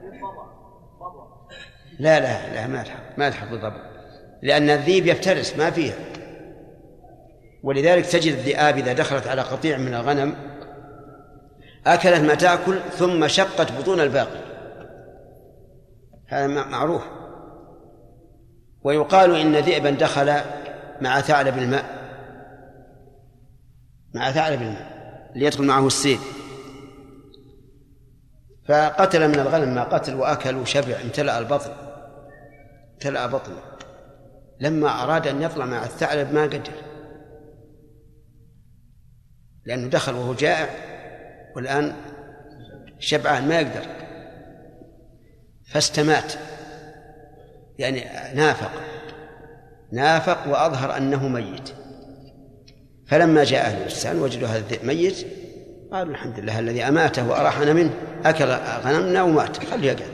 لا لا لا ما يلحق ما يلحق بالضبط، لأن الذيب يفترس ما فيها. ولذلك تجد الذئاب إذا دخلت على قطيع من الغنم أكلت ما تأكل ثم شقت بطون الباقي، هذا معروف. ويقال إن ذئبا دخل مع ثعلب الماء مع ثعلب الماء ليدخل معه السيل، فقتل من الغنم ما قتل وأكل وشبع، امتلأ البطن امتلأ بطنه. لما أراد أن يطلع مع الثعلب ما قدر، لأنه دخل وهو جائع والآن شبعان ما يقدر، فاستمات، يعني نافق نافق وأظهر أنه ميت. فلما جاء أهل الإحسان وجدوا هذا الذئب ميت قالوا الحمد لله الذي أماته وأراحنا منه، أكل غنمنا ومات، خليه يقعد.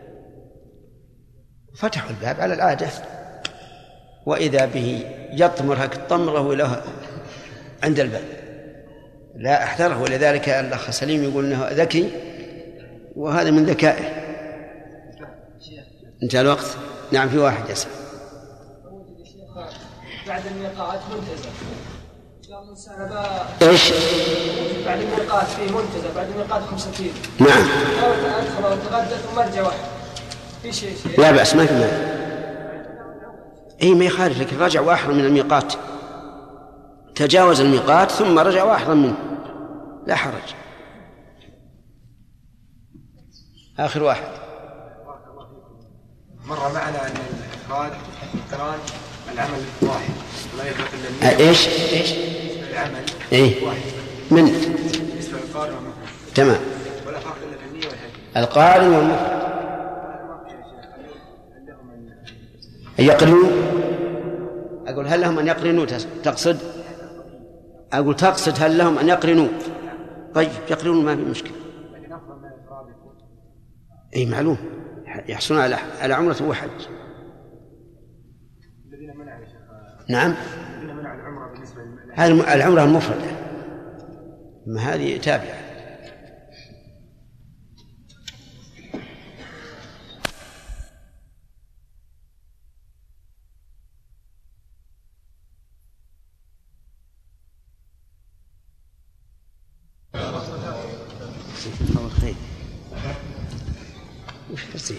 فتحوا الباب على العادة وإذا به يطمر هك الطمرة وله عند الباب، لا احذره. ولذلك الأخ سليم يقول أنه ذكي وهذا من ذكائه. انتهى الوقت. نعم في واحد يسأل بعد الميقات منتزه ايش؟ بعد الميقات فيه منتزه بعد الميقات خمسة كيلو. نعم. أدخل وتغدى ثم أرجع واحد في شيء شيء لا بأس ما في مانع. اي ما يخالف، لكن رجع واحرم من الميقات، تجاوز الميقات ثم رجع واحرم منه لا حرج. آخر واحد. مر معنا أن الإفراد القران العمل واحد لا يخلق إلا النية. ايش ايش العمل ايه واحد من بالنسبة للقارن والمفرد. تمام. ولا فرق إلا في النية والهدي. القارن والمفرد يقرنوا. أقول هل لهم أن يقرنوا تقصد؟ أقول تقصد هل لهم أن يقرنوا؟ طيب يقرنوا ما في مشكلة. أي معلوم يحصلون على على عمرة وحج. نعم. هذه العمرة المفردة، ما هذه تابعة. الله خير. وش تصير؟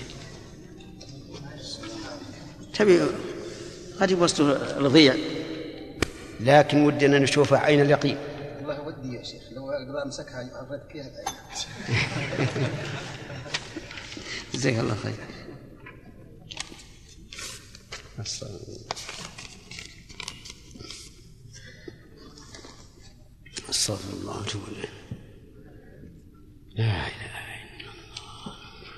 تبي قد يبسط رضيع، لكن ودنا نشوفه عين اليقين. والله ودي يا شيخ لو أقدر أمسكها عرفتك فيها بعين. جزاك الله خير. استغفر الله واتوب اليه. لا اله الا الله.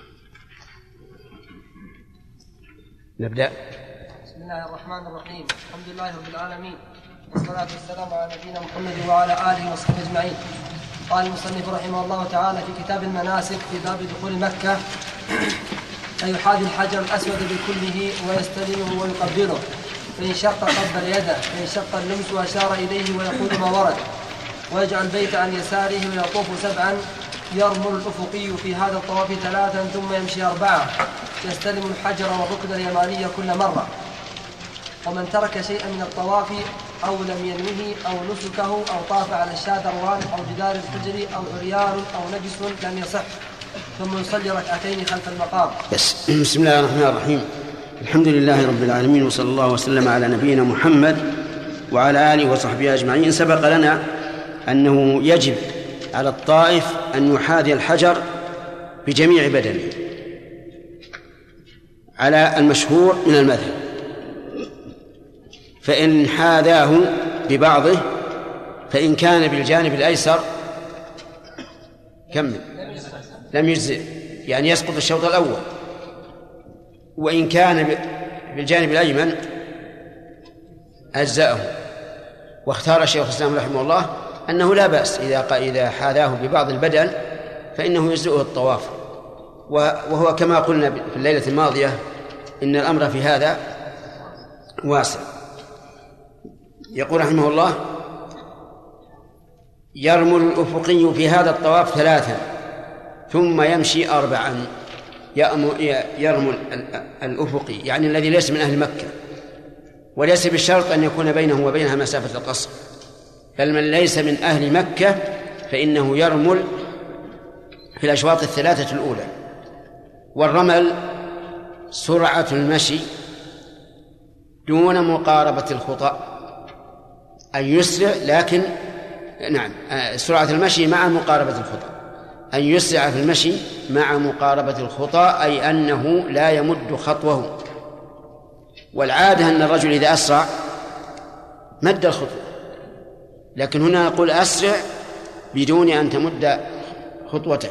نبدا. بسم الله الرحمن الرحيم. الحمد لله رب العالمين والصلاة والسلام على نبينا محمد وعلى آله وصحبه أجمعين. قال المصنف رحمه الله تعالى في كتاب المناسك في باب دخول مكة: فيحاذي الحجر الأسود بكله ويستلمه ويقبله، فإن شق قبل يده، فإن شق اللمس وأشار إليه ويقول ما ورد، ويجعل البيت عن يساره ويطوف سبعا، يرمل الأفقي في هذا الطواف ثلاثا ثم يمشي أربعة، يستلم الحجر والركن اليماني كل مرة. ومن ترك شيئا من الطواف أو لم ينوه أو نسكه أو طاف على الشاذروان أو جدار الحجر أو عريان أو نجس لم يصح، ثم يصلي ركعتين خلف المقام. بس. بسم الله الرحمن الرحيم. الحمد لله رب العالمين، وصلى الله وسلم على نبينا محمد وعلى آله وصحبه أجمعين. سبق لنا أنه يجب على الطائف أن يحاذي الحجر بجميع بدنه على المشهور من المذهب، فإن حاذاه ببعضه فإن كان بالجانب الأيسر كمل لم يجزئ، يعني يسقط الشوط الأول، وإن كان بالجانب الأيمن أجزأه. واختار الشيخ الإسلام رحمه الله أنه لا بأس إذا إذا حاذاه ببعض البدن فإنه يجزئه الطواف، وهو كما قلنا في الليلة الماضية إن الأمر في هذا واسع. يقول رحمه الله: يرمل الأفقي في هذا الطواف ثلاثا ثم يمشي أربعا. يرمل الأفقي يعني الذي ليس من أهل مكة، وليس بالشرط أن يكون بينه وبينها مسافة القصر، بل من ليس من أهل مكة فإنه يرمل في الأشواط الثلاثة الأولى. والرمل سرعة المشي دون مقاربة الخطى، أن يسرع لكن نعم سرعة المشي مع مقاربة الخطى، أن يسرع في المشي مع مقاربة الخطى، أي أنه لا يمد خطوه. والعادة أن الرجل إذا أسرع مد الخطوة، لكن هنا نقول أسرع بدون أن تمد خطوتك.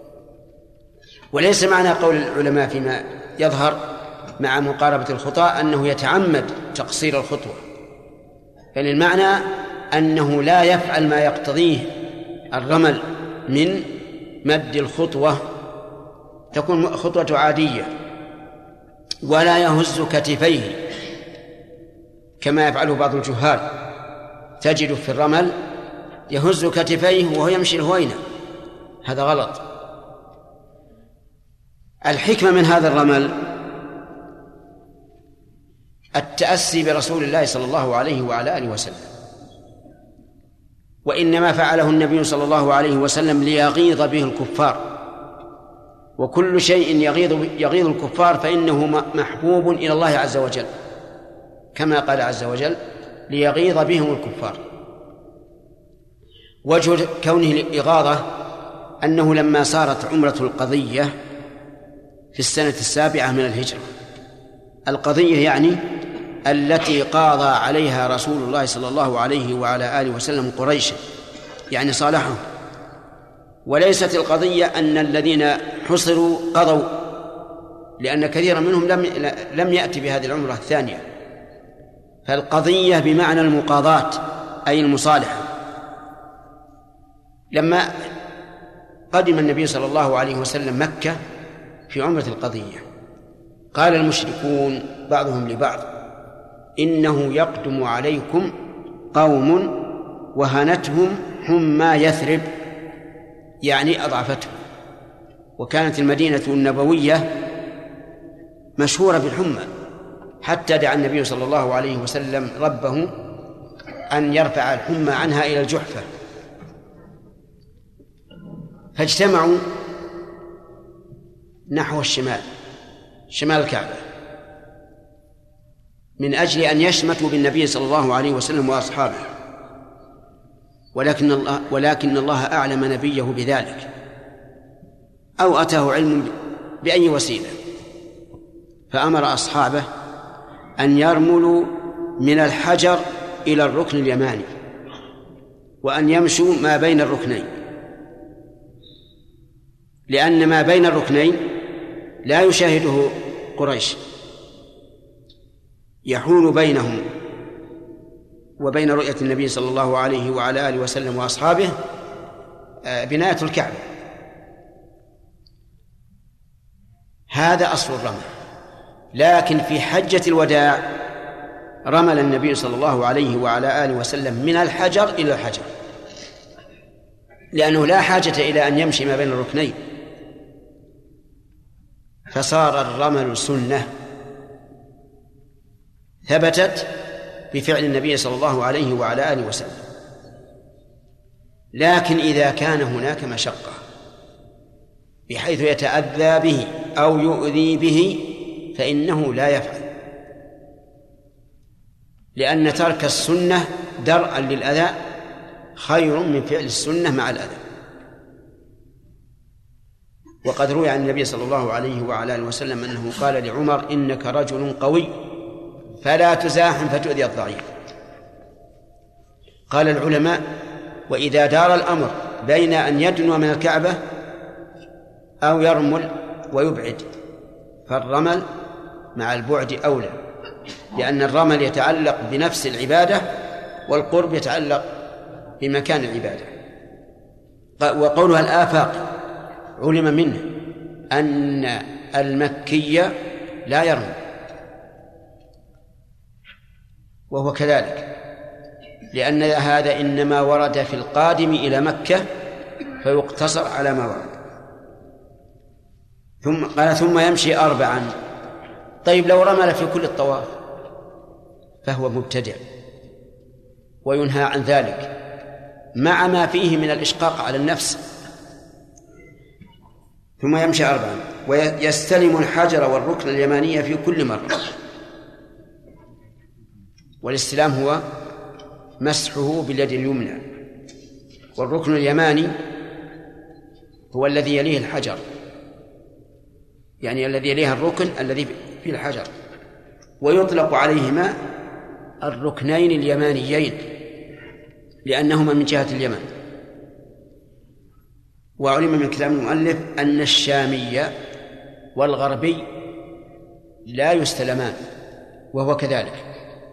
وليس معنى قول العلماء فيما يظهر مع مقاربة الخطى أنه يتعمد تقصير الخطوة، بل المعنى أنه لا يفعل ما يقتضيه الرمل من مد الخطوة، تكون خطوة عادية، ولا يهز كتفيه كما يفعله بعض الجهال، تجد في الرمل يهز كتفيه وهو يمشي الهوينة، هذا غلط. الحكمة من هذا الرمل التأسي برسول الله صلى الله عليه وعلى آله وسلم، وإنما فعله النبي صلى الله عليه وسلم ليغيظ به الكفار، وكل شيء يغيظ يغيظ الكفار فإنه محبوب إلى الله عز وجل، كما قال عز وجل: ليغيظ بهم الكفار. وجه كونه الإغاظة أنه لما صارت عمرة القضية في السنة السابعة من الهجرة، القضية يعني التي قاضى عليها رسول الله صلى الله عليه وعلى آله وسلم قريش، يعني صالحهم، وليست القضية أن الذين حصروا قضوا، لأن كثيرا منهم لم لم يأتي بهذه العمرة الثانية، فالقضية بمعنى المقاضاة أي المصالحة. لما قدم النبي صلى الله عليه وسلم مكة في عمرة القضية، قال المشركون بعضهم لبعض: إنه يقدم عليكم قوم وهنتهم حمى يثرب، يعني أضعفتهم، وكانت المدينة النبوية مشهورة بالحمى، حتى دعا النبي صلى الله عليه وسلم ربه أن يرفع الحمى عنها إلى الجحفة، فاجتمعوا نحو الشمال، شمال الكعبة، من أجل أن يشمتوا بالنبي صلى الله عليه وسلم وأصحابه، ولكن الله, ولكن الله أعلم نبيه بذلك، أو أتاه علم بأي وسيلة، فأمر أصحابه أن يرملوا من الحجر إلى الركن اليماني، وأن يمشوا ما بين الركنين، لأن ما بين الركنين لا يشاهده قريش، يحول بينهم وبين رؤية النبي صلى الله عليه وعلى آله وسلم وأصحابه بناية الكعبة. هذا أصل الرمل. لكن في حجة الوداع رمل النبي صلى الله عليه وعلى آله وسلم من الحجر إلى الحجر، لأنه لا حاجة إلى أن يمشي ما بين الركنين، فصار الرمل سنة ثبتت بفعل النبي صلى الله عليه وعلى آله وسلم. لكن إذا كان هناك مشقة بحيث يتأذى به أو يؤذي به فإنه لا يفعل، لأن ترك السنة درءا للأذى خير من فعل السنة مع الأذى. وقد روي عن النبي صلى الله عليه وعلى آله وسلم أنه قال لعمر: إنك رجل قوي فلا تزاحم فتؤذي الضعيف. قال العلماء: وإذا دار الأمر بين أن يدنو من الكعبة أو يرمل ويبعد، فالرمل مع البعد أولى، لأن الرمل يتعلق بنفس العبادة والقرب يتعلق بمكان العبادة. وقولها الآفاق علم منه أن المكي لا يرمي، وهو كذلك، لأن هذا إنما ورد في القادم إلى مكة فيقتصر على ما ورد. ثم قال ثم يمشي أربعا. طيب لو رمل في كل الطواف فهو مبتدع وينهى عن ذلك مع ما فيه من الإشقاق على النفس. ثم يمشي أربعا ويستلم الحجر والركن اليمانية في كل مرة. والاستلام هو مسحه باليد اليمنى، والركن اليماني هو الذي يليه الحجر، يعني الذي يليه الركن الذي في الحجر، ويطلق عليهما الركنين اليمانيين لأنهما من جهة اليمن. وعلم من كلام المؤلف أن الشامي والغربي لا يستلمان، وهو كذلك.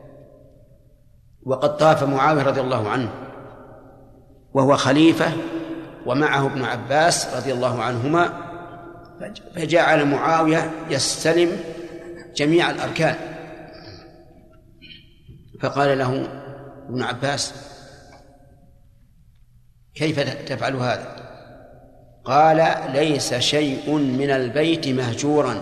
وقد طاف معاوية رضي الله عنه وهو خليفة ومعه ابن عباس رضي الله عنهما، فجعل معاوية يستلم جميع الأركان، فقال له ابن عباس كيف تفعل هذا؟ قال ليس شيء من البيت مهجورا.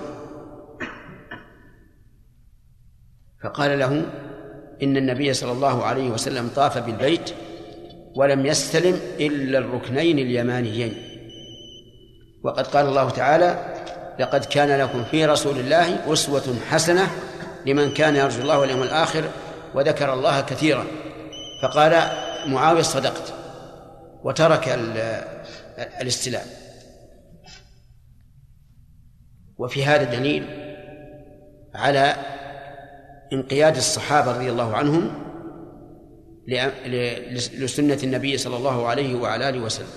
فقال له إن النبي صلى الله عليه وسلم طاف بالبيت ولم يستلم إلا الركنين اليمانيين. وقد قال الله تعالى لقد كان لكم في رسول الله أسوة حسنة لمن كان يرجو الله واليوم الآخر وذكر الله كثيرا. فقال معاوية صدقت وترك الاستلام. وفي هذا دليل على انقياد الصحابة رضي الله عنهم لسنة النبي صلى الله عليه وعلى آله وسلم،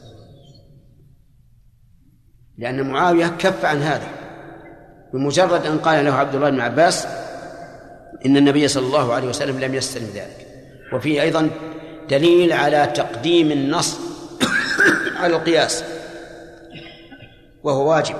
لأن معاوية كف عن هذا بمجرد أن قال له عبد الله بن عباس إن النبي صلى الله عليه وسلم لم يستلم ذلك. وفيه أيضا دليل على تقديم النص على القياس وهو واجب،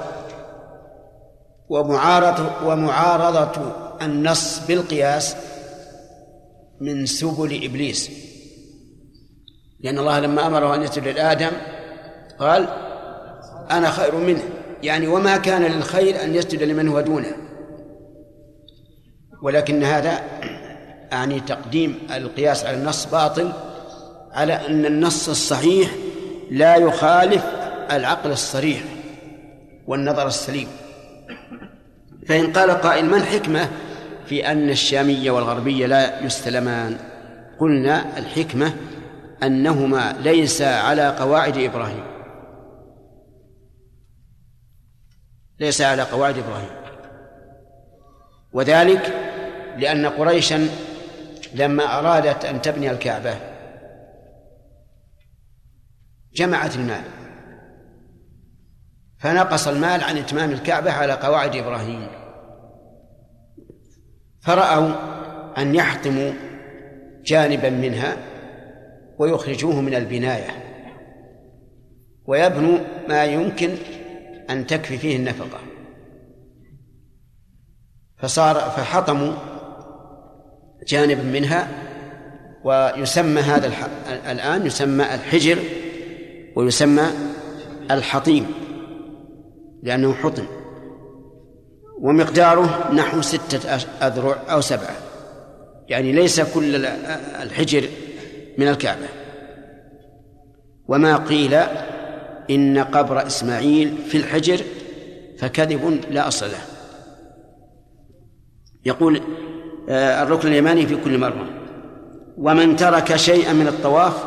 ومعارضة ومعارضة النص بالقياس من سبل إبليس، لأن الله لما أمره أن يسجد لآدم قال أنا خير منه، يعني وما كان للخير أن يسجد لمن هو دونه. ولكن هذا يعني تقديم القياس على النص باطل، على أن النص الصحيح لا يخالف العقل الصريح والنظر السليم. فإن قال قائل ما الحكمة في أن الشامية والغربية لا يستلمان؟ قلنا الحكمة أنهما ليس على قواعد إبراهيم، ليس على قواعد إبراهيم، وذلك لأن قريشا لما أرادت أن تبني الكعبة جمعت المال، فنقص المال عن إتمام الكعبة على قواعد إبراهيم، فرأوا أن يحطموا جانبا منها ويخرجوه من البناية ويبنوا ما يمكن أن تكفي فيه النفقة، فصار فحطموا جانب منها، ويسمى هذا الح... الآن يسمى الحجر ويسمى الحطيم لأنه حطم، ومقداره نحو ستة أذرع أو سبعة، يعني ليس كل الحجر من الكعبة. وما قيل إن قبر إسماعيل في الحجر فكذب لا أصل له. يقول الركن اليماني في كل مرة. ومن ترك شيئا من الطواف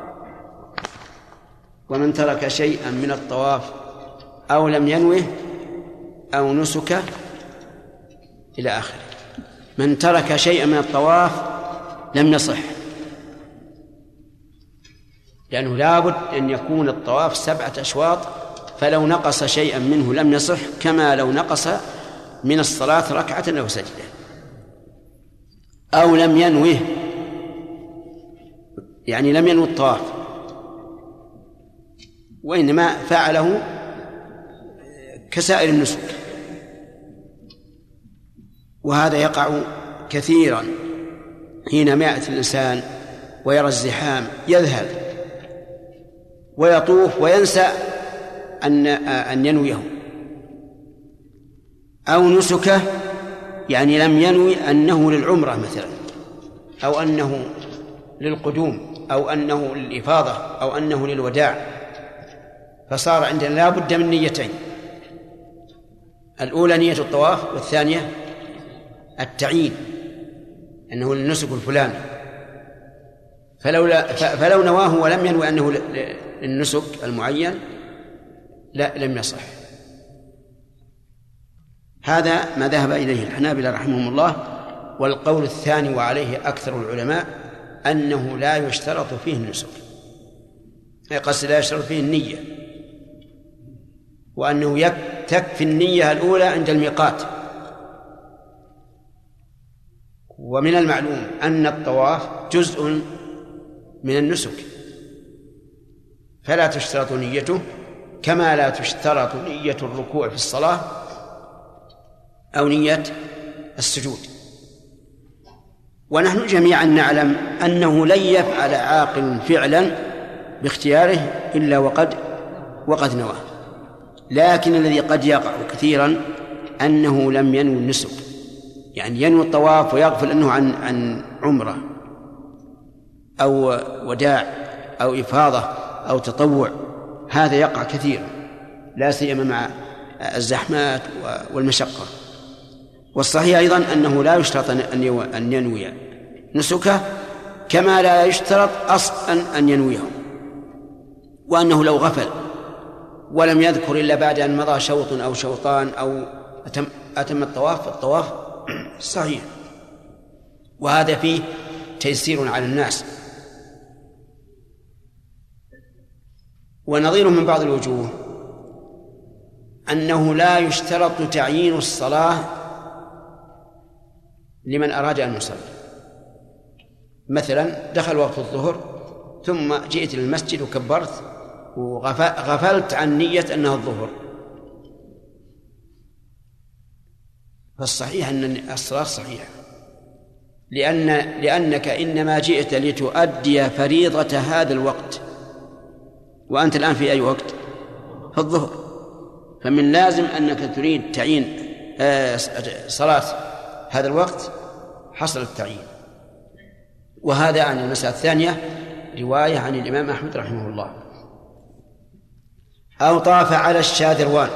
ومن ترك شيئا من الطواف أو لم ينوه أو نسك إلى آخره. من ترك شيئا من الطواف لم يصح، لأنه لابد أن يكون الطواف سبعة أشواط، فلو نقص شيئا منه لم يصح، كما لو نقص من الصلاة ركعة أو سجدة. أو لم ينوه، يعني لم ينوي الطواف وإنما فعله كسائر النسك، وهذا يقع كثيرا حينما يأتي الإنسان ويرى الزحام يذهل ويطوف وينسى أن أن ينويه، أو نسكه يعني لم ينوي أنه للعمرة مثلا، أو أنه للقدوم، أو أنه للإفاضة، أو أنه للوداع، فصار عندنا لا بد من نيتين، الأولى نية الطواف، والثانية التعيين أنه للنسك الفلاني. فلو, فلو نواه ولم ينوي أنه للنسك المعين لا لم يصح. هذا ما ذهب إليه الحنابلة رحمهم الله. والقول الثاني وعليه أكثر العلماء أنه لا يشترط فيه النسك، قصد لا يشترط فيه النية، وأنه تكفي النية الأولى عند الميقات. ومن المعلوم أن الطواف جزء من النسك، فلا تشترط نيته، كما لا تشترط نية الركوع في الصلاة أو نية السجود. ونحن جميعا نعلم أنه لن يفعل عاقل فعلا باختياره إلا وقد وقد نواه، لكن الذي قد يقع كثيرا أنه لم ينوي النسك، يعني ينوي الطواف ويغفل أنه عن عن عمرة أو وداع أو إفاضة أو تطوع. هذا يقع كثيرا لا سيما مع الزحمات والمشقة. والصحيح أيضا أنه لا يشترط أن ينوي نسكه، كما لا يشترط أصلا أن ينويه، وأنه لو غفل ولم يذكر إلا بعد أن مضى شوط أو شوطان أو أتم, أتم الطواف الطواف صحيح. وهذا فيه تيسير على الناس. ونظير من بعض الوجوه أنه لا يشترط تعيين الصلاة لمن أراد أن يصلي. مثلا دخل وقت الظهر ثم جئت للمسجد وكبرت وغفلت عن نية أنها الظهر، فالصحيح أن الصلاة صحيحة، لأن لأنك إنما جئت لتؤدي فريضة هذا الوقت، وأنت الآن في أي وقت؟ في الظهر، فمن لازم أنك تريد تعيين صلاة هذا الوقت، حصل التعيين. وهذا عن المسألة الثانية رواية عن الإمام أحمد رحمه الله. أو طاف على الشاذروان،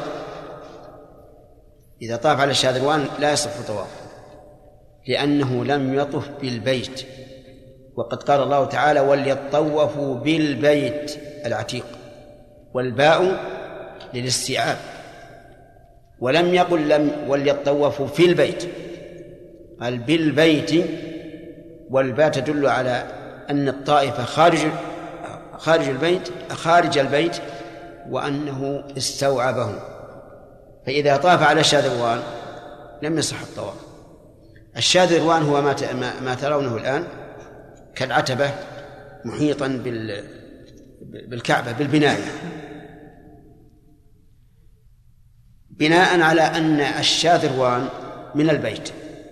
إذا طاف على الشاذروان لا يصح طواف، لأنه لم يطف بالبيت، وقد قال الله تعالى وليطوفوا بالبيت العتيق، والباء للاستيعاب، ولم يقل لم وليطوفوا في البيت، قال بالبيت، والباء تدل على أن الطائفة خارج خارج البيت خارج البيت وأنه استوعبه. فإذا طاف على الشاذروان لم يصح الطواف. الشاذروان هو ما ما ترونه الآن كالعتبة محيطا بال بالكعبة بالبناية، بناء على أن الشاذروان من البيت.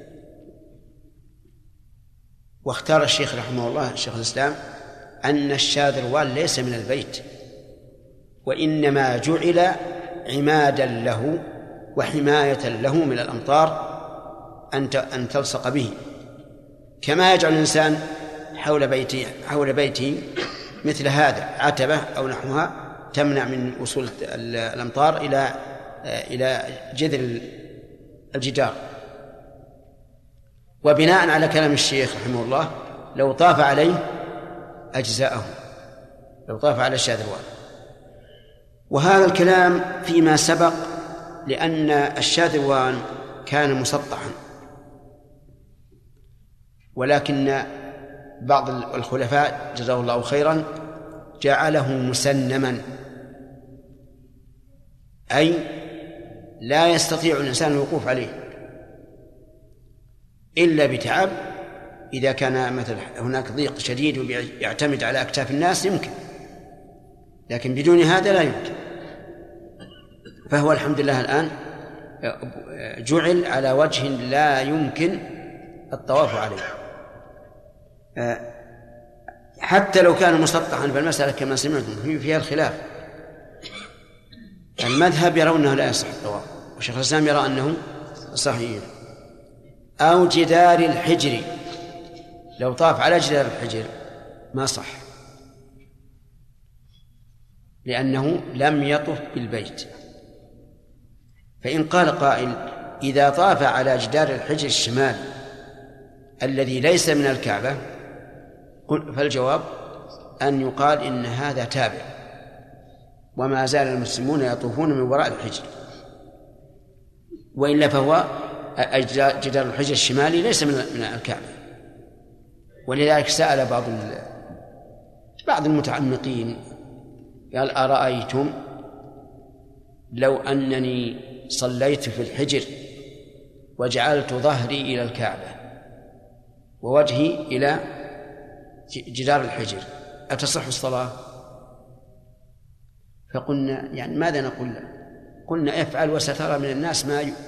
واختار الشيخ رحمه الله الشيخ الإسلام أن الشاذروان ليس من البيت، وإنما جعل عمادا له وحماية له من الأمطار أن تلصق به، كما يجعل الإنسان حول بيته حول بيته مثل هذا عتبة أو نحوها تمنع من وصول الأمطار إلى إلى جذر الجدار. وبناء على كلام الشيخ رحمه الله لو طاف عليه أجزاءه، لو طاف على الشاذروان. وهذا الكلام فيما سبق، لأن الشاذروان كان مسطحا، ولكن بعض الخلفاء جزاه الله خيرا جعله مسنما، أي لا يستطيع الإنسان الوقوف عليه إلا بتعب إذا كان مثل هناك ضيق شديد ويعتمد على أكتاف الناس يمكن، لكن بدون هذا لا يمكن. فهو الحمد لله الآن جعل على وجه لا يمكن الطواف عليه، حتى لو كان مسطحا. فالمسألة كما سمعتم فيها الخلاف. المذهب يرون أنه لا يصح الطواف، وشيخ الإسلام يرى أنه صحيح. أو جدار الحجر، لو طاف على جدار الحجر ما صح، لأنه لم يطف بالبيت. فإن قال قائل إذا طاف على جدار الحجر الشمال الذي ليس من الكعبة، فالجواب أن يقال إن هذا تابع، وما زال المسلمون يطوفون من وراء الحجر، وإلا فهو جدار الحجر الشمالي ليس من الكعبة. ولذلك سأل بعض بعض المتعمقين قال أرأيتم لو أنني صليت في الحجر وجعلت ظهري إلى الكعبة ووجهي إلى جدار الحجر أتصح الصلاة؟ فقلنا يعني ماذا نقول له؟ قلنا افعل وسترى من الناس ما ي...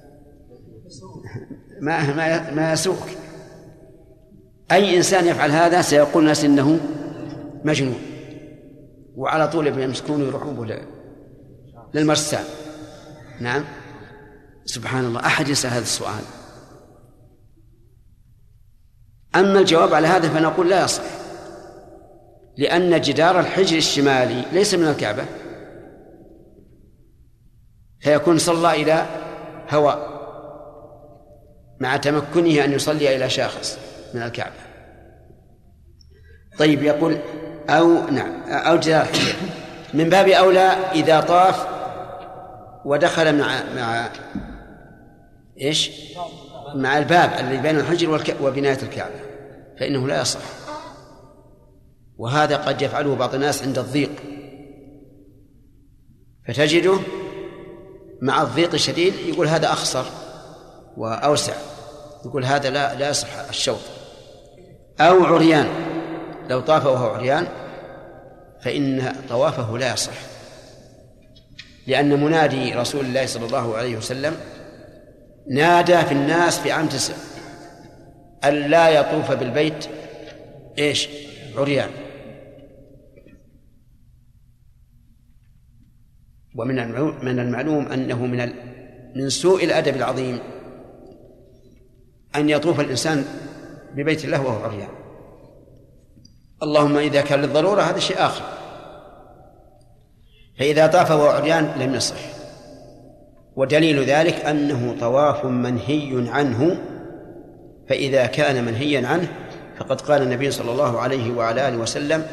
ما ما ما يسوق. أي إنسان يفعل هذا سيقول الناس إنه مجنون، وعلى طول يمسكون ويروحون به للمرسى. نعم سبحان الله، أحد يسأل هذا السؤال. أما الجواب على هذا فنقول لا يصح، لأن جدار الحجر الشمالي ليس من الكعبة، فيكون صلى إلى هواء مع تمكنه أن يصلي إلى شاخص من الكعبة. طيب يقول أو نعم أو جدار الحجر من باب أولى إذا طاف ودخل مع مع إيش مع الباب الذي بين الحجر وبناية الكعبة فإنه لا يصح. وهذا قد يفعله بعض الناس عند الضيق، فتجده مع الضيق الشديد يقول هذا أخصر وأوسع، يقول هذا لا لا يصح الشوط. أو عريان، لو طاف وهو عريان فإن طوافه لا يصح، لأن منادي رسول الله صلى الله عليه وسلم نادى في الناس في عام تسع أن لا يطوف بالبيت إيش عريان. ومن من المعلوم أنه من من سوء الأدب العظيم أن يطوف الإنسان ببيت الله وهو عريان، اللهم إذا كان للضرورة هذا شيء آخر. فإذا طاف وهو عريان لم يصح، ودليل ذلك أنه طواف منهي عنه، فإذا كان منهيا عنه فقد قال النبي صلى الله عليه وعلى آله وسلم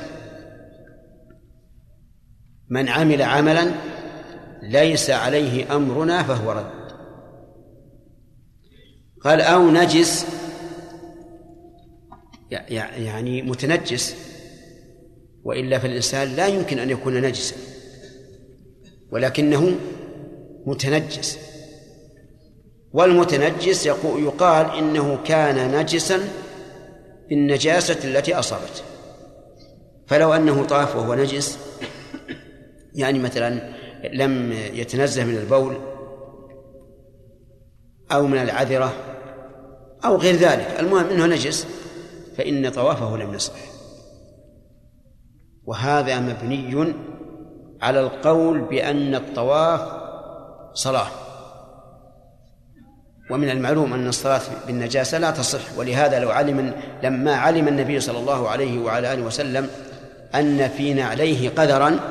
من عمل عملا ليس عليه أمرنا فهو رد. قال أو نجس، يعني متنجس، وإلا فالإنسان لا يمكن أن يكون نجسا ولكنه متنجس، والمتنجس يقال إنه كان نجسا بالنجاسة التي أصابته. فلو أنه طاف وهو نجس، يعني مثلا لم يتنزه من البول أو من العذرة أو غير ذلك، المهم أنه نجس، فإن طوافه لم يصح. وهذا مبني على القول بأن الطواف صلاة، ومن المعلوم أن الصلاة بالنجاسة لا تصح. ولهذا لو علم لما علم النبي صلى الله عليه وعلى آله وسلم أن في نعليه قدرا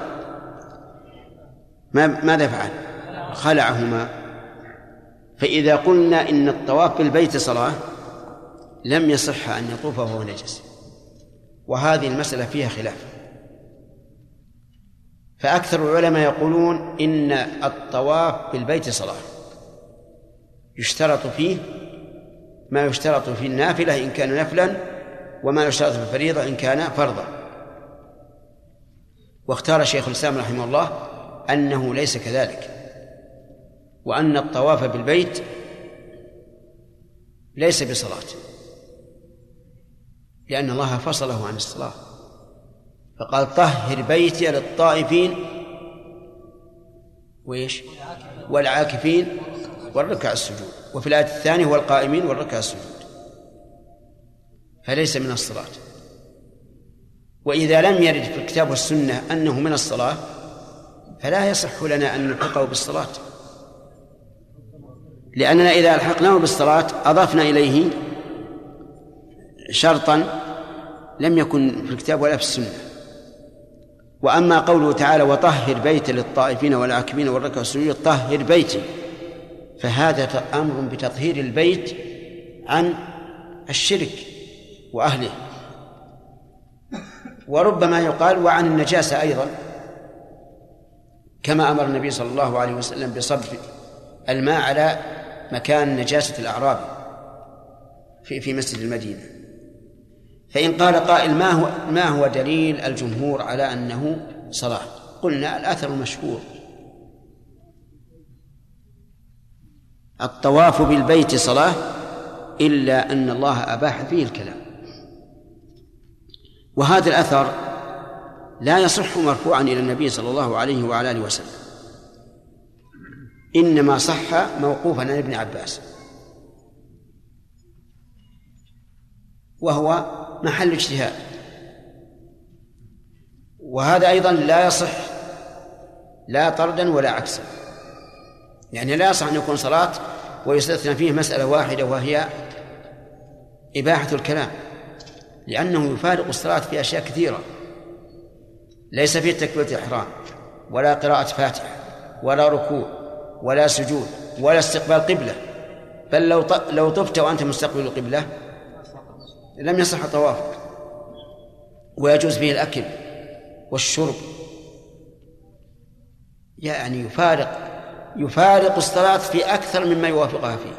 ماذا فعل؟ خلعهما. فإذا قلنا إن الطواف بالبيت صلاة لم يصح أن يطوف وهو نجس، وهذه المسألة فيها خلاف. فأكثر العلماء يقولون إن الطواف بالبيت صلاة، يشترط فيه ما يشترط في النافلة إن كان نفلا، وما يشترط في الفريضة إن كان فرضا. واختار شيخ الإسلام رحمه الله أنه ليس كذلك، وأن الطواف بالبيت ليس بصلاة، لأن الله فصله عن الصلاة فقال طهر بيتي للطائفين وإيش والعاكفين والركع السجود، وفي الآية الثانية والقائمين والركع السجود، فليس من الصلاة. وإذا لم يرد في الكتاب والسنة أنه من الصلاة فلا يصح لنا أن نلحقه بالصلاة، لأننا إذا ألحقناه بالصلاة أضفنا إليه شرطا لم يكن في الكتاب ولا في السنة. وأما قوله تعالى وطهر بيتي للطائفين والعاكفين والركع السجود، طهر بيتي، فهذا أمر بتطهير البيت عن الشرك وأهله، وربما يقال وعن النجاسة أيضا، كما أمر النبي صلى الله عليه وسلم بصب الماء على مكان نجاسة الأعراب في في مسجد المدينة. فإن قال قائل ما هو ما هو دليل الجمهور على أنه صلاة؟ قلنا الأثر المشهور الطواف بالبيت صلاة إلا أن الله أباح فيه الكلام، وهذا الأثر لا يصح مرفوعا إلى النبي صلى الله عليه وعلى آله وسلم، إنما صح موقوفا عن ابن عباس، وهو محل اجتهاد. وهذا أيضا لا يصح لا طردا ولا عكسا، يعني لا يصح أن يكون صلاة ويستثنى فيه مسألة واحدة وهي إباحة الكلام، لأنه يفارق الصلاة في أشياء كثيرة، ليس فيه تكبيرة الإحرام ولا قراءة فاتحة ولا ركوع ولا سجود ولا استقبال قبلة، بل لو لو طفت وأنت مستقبل القبلة لم يصح طوافك، ويجوز فيه الأكل والشرب، يعني يفارق يفارق الصلاة في أكثر مما يوافقها فيه.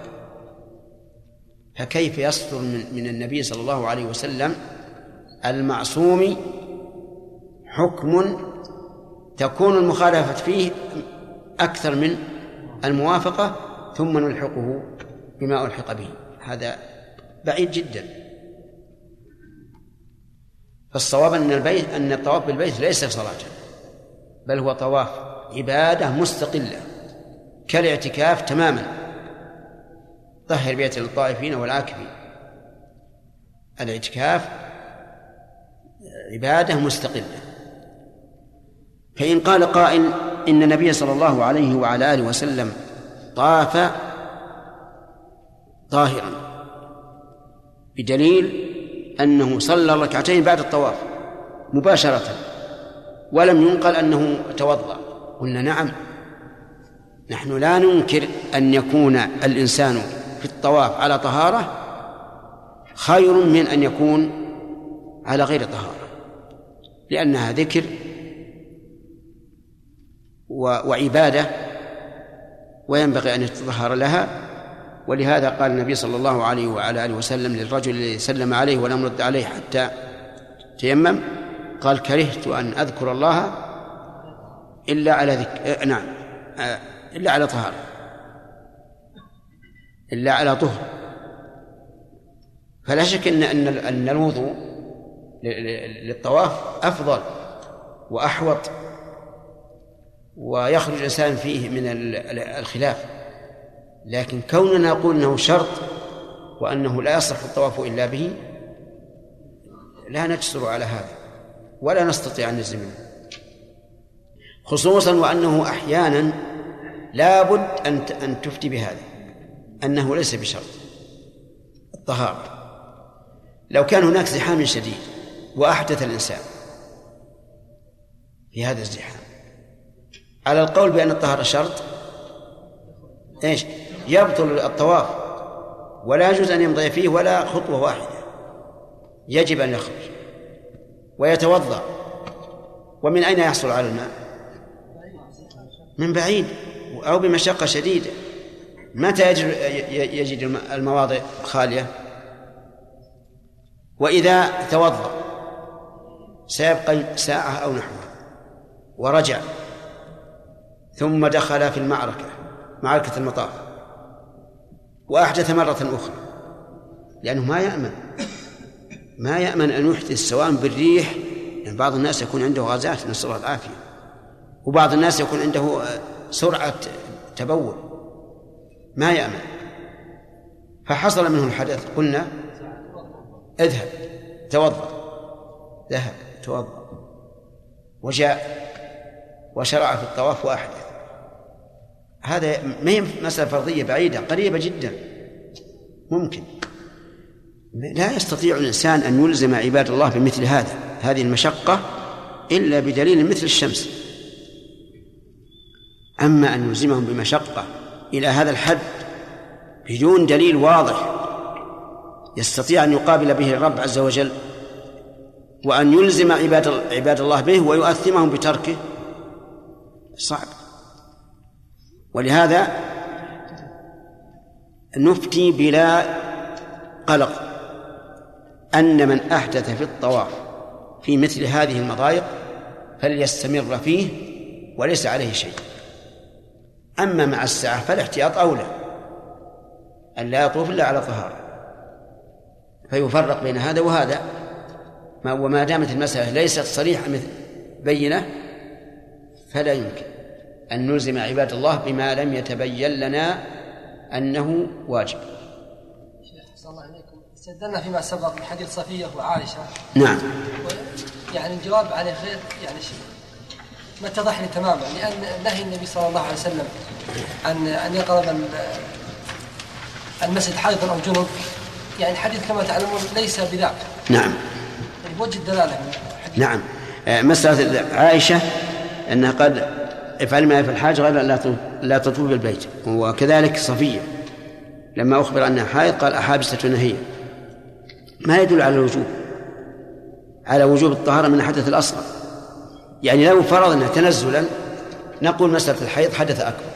فكيف يصدر من النبي صلى الله عليه وسلم المعصوم حكم تكون المخالفة فيه أكثر من الموافقة ثم نلحقه بما ألحق به؟ هذا بعيد جدا. فالصواب أن البيت أن الطواف بالبيت ليس صلاة، بل هو طواف عبادة مستقلة كالاعتكاف تماما. طهر بيت للطائفين والعاكفين، الاعتكاف عبادة مستقلة. فإن قال قائل إن النبي صلى الله عليه وعلى آله وسلم طاف طاهرا بدليل أنه صلى ركعتين بعد الطواف مباشرة ولم ينقل أنه توضأ. قلنا نعم، نحن لا ننكر أن يكون الإنسان في الطواف على طهارة خير من أن يكون على غير طهارة، لأنها ذكر وعبادة وينبغي أن يتطهر لها. ولهذا قال النبي صلى الله عليه وعلى آله وسلم للرجل الذي سلم عليه ولم يرد عليه حتى تيمم، قال كرهت أن أذكر الله إلا على ذكر نعم إلا على طهارة إلا على طهر. فلا شك أن أن الوضوء للطواف أفضل وأحوط ويخرج الإنسان فيه من الخلاف، لكن كوننا نقول أنه شرط وأنه لا يصح الطواف إلا به لا نجسر على هذا ولا نستطيع أن نجزم منه، خصوصا وأنه أحيانا لا بد أن تفتي بهذا أنه ليس بشرط الطهارة. لو كان هناك زحام شديد وأحدث الإنسان في هذا الزحام على القول بأن الطهارة شرط إيش يبطل الطواف ولا يجوز أن يمضي فيه ولا خطوة واحدة، يجب أن يخرج ويتوضأ. ومن أين يحصل على الماء؟ من بعيد أو بمشقة شديدة. متى يجد المواضع خالية؟ وإذا توضأ سيبقى ساعة أو نحوها ورجع ثم دخل في المعركة معركة المطاف وأحدث مرة أخرى، لأنه ما يأمن ما يأمن أن يحدث سواء بالريح، يعني بعض الناس يكون عنده غازات نسأل الله العافية، وبعض الناس يكون عنده سرعة تبول، ما يأمن. فحصل منه الحدث، قلنا اذهب توضأ، ذهب توضأ وجاء وشرع في الطواف وأحدث. هذا ما هي مسألة فرضية بعيدة، قريبة جدا، ممكن. لا يستطيع الإنسان أن يلزم عباد الله بمثل هذا هذه المشقة إلا بدليل مثل الشمس. أما أن يلزمهم بمشقة إلى هذا الحد بدون دليل واضح يستطيع أن يقابل به الرب عز وجل، وأن يلزم عباد عباد الله به ويؤثمهم بتركه، صعب. ولهذا نفتي بلا قلق أن من أحدث في الطواف في مثل هذه المضايق فليستمر فيه وليس عليه شيء. أما مع الساعة فالاحتياط أولى، أن لا يطوف إلا على طهارة، فيفرق بين هذا وهذا. وما دامت المسألة ليست صريحة مثل بينة فلا يمكن أن نلزم عباد الله بما لم يتبين لنا أنه واجب. شيخ صلى الله عليكم، استدلنا فيما سبق من حديث صفية وعائشة. نعم. يعني الجواب عليه غير يعني شيء ما اتضح لي تماما، لأن نهي النبي صلى الله عليه وسلم أن أن يقرب المسجد حائضا أو جنب، يعني الحديث كما تعلمون ليس بذاك. نعم. يعني وجه الدلالة. نعم. مسألة عائشة أنها قد افعل ما يفعل الحاج غير لا تطوف بالبيت، وكذلك صفية لما أخبر أنها حائض قال أحابستنا هي، ما يدل على الوجوب على وجوب الطهارة من الحدث الأصغر. يعني لو فرضنا تنزلا نقول مسألة الحيض حدث أكبر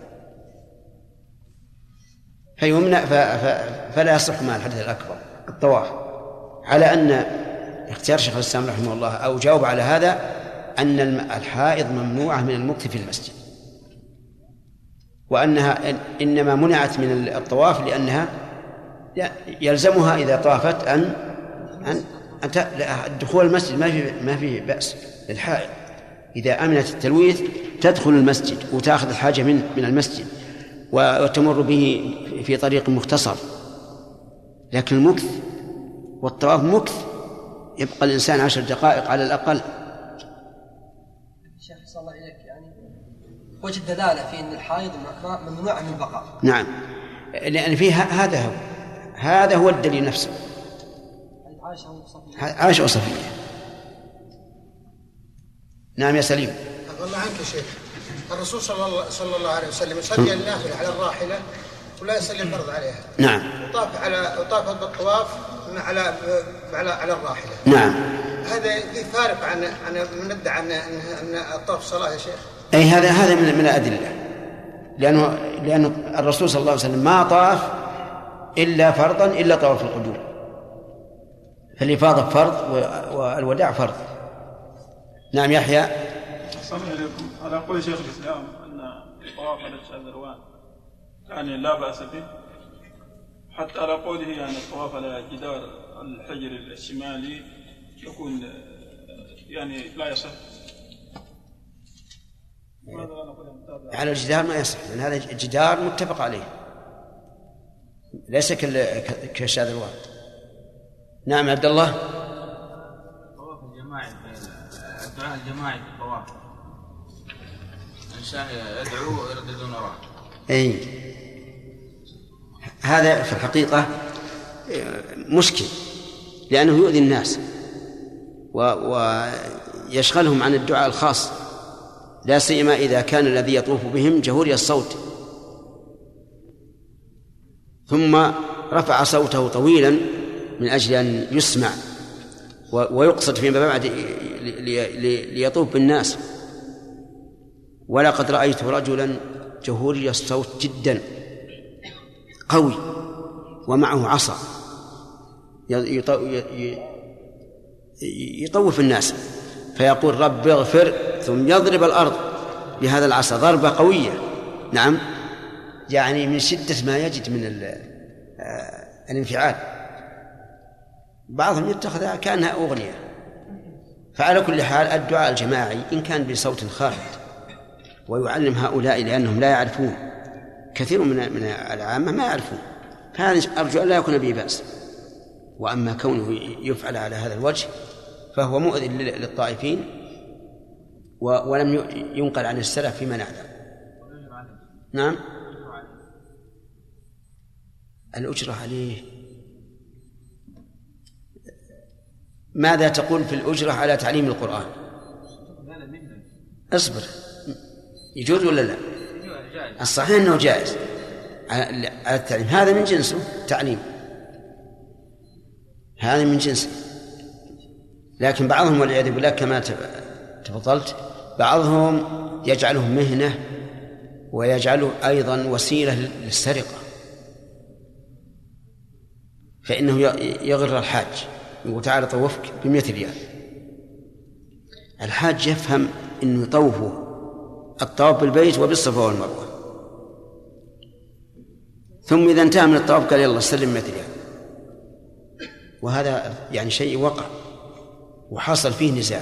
فيمنع فلا يصح مع الحدث الأكبر الطواف، على أن اختيار شيخ الإسلام رحمه الله أو جاوب على هذا أن الحائض ممنوعة من المكث في المسجد، وأنها إنما منعت من الطواف لأنها يلزمها إذا طافت أن أن دخول المسجد ما في ما في بأس للحائض، إذا أمنت التلويث تدخل المسجد وتأخذ الحاجة من من المسجد وتمر به في طريق مختصر. لكن المكث والطواف مكث يبقى الإنسان عشر دقائق على الأقل. شيخ صلى الله عليك، يعني وجه الدلالة في أن الحائض ممنوع من البقاء. نعم، لأن فيه هذا هو هذا هو الدليل نفسه. عائشة وصفية. نعم يا سليم. الله عنك يا شيخ، الرسول صلى الله, صلى الله عليه وسلم يصلي النافلة على الراحلة ولا يصلي الفرض عليها. نعم. وطاف على وطاف بالطواف على على على الراحلة. نعم. هذا في فارق عن عن من ادعى ان ان الطواف صلاة يا شيخ. أي هذا هذا من من الأدلة، لأنه لأن الرسول صلى الله عليه وسلم ما طاف إلا فرضا إلا طواف القدوم، فالإفاضة فرض والوداع فرض. نعم يحيى. السلام عليكم. على قول شيخ الإسلام أن الطواف على الشاذروان يعني لا بأس به، حتى على قوله يعني الطواف على جدار الحجر الشمالي يكون يعني لا يصح. على الجدار ما يصح، لأن هذا جدار متفق عليه ليس كالشاذروان. نعم عبد الله. الطواف الجماعي، الدعاء الجماعي في الطواف، الإنسان يدعو ويرددون وراه. أي هذا في الحقيقة مشكل، لأنه يؤذي الناس ويشغلهم عن الدعاء الخاص، لا سيما إذا كان الذي يطوف بهم جهوري الصوت، ثم رفع صوته طويلا من أجل أن يسمع ويقصد فيما بعد ليطوف بالناس. ولقد رأيت رجلا جهوري الصوت جدا قوي ومعه عصا يطوف الناس فيقول رب اغفر، ثم يضرب الأرض بهذا العصا ضربة قوية. نعم، يعني من شدة ما يجد من الانفعال. بعضهم يتخذها كأنها أغنية. فعلى كل حال الدعاء الجماعي إن كان بصوت خافت ويعلم هؤلاء لأنهم لا يعرفون، كثير من من العامة ما يعرفون، فهذا أرجو أن لا يكون به بأس. وأما كونه يفعل على هذا الوجه فهو مؤذي للطائفين ولم ينقل عن السلف فيما نعلم. نعم. الأجرة عليه، ماذا تقول في الأجرة على تعليم القرآن؟ اصبر، يجوز ولا لا؟ الصحيح أنه جائز على التعليم، هذا من جنسه تعليم، هذا من جنسه. لكن بعضهم والعياذ بالله كما تفضلت بعضهم يجعله مهنة ويجعله أيضا وسيلة للسرقة، فإنه يغر الحاج يقول تعالى طوفك بمئة ريال. الحاج يفهم أنه يطوفه الطواف بالبيت وبالصفا والمروة، ثم إذا انتهى من الطواف قال يلا سلم مئة ريال، وهذا يعني شيء وقع وحصل فيه نزاع.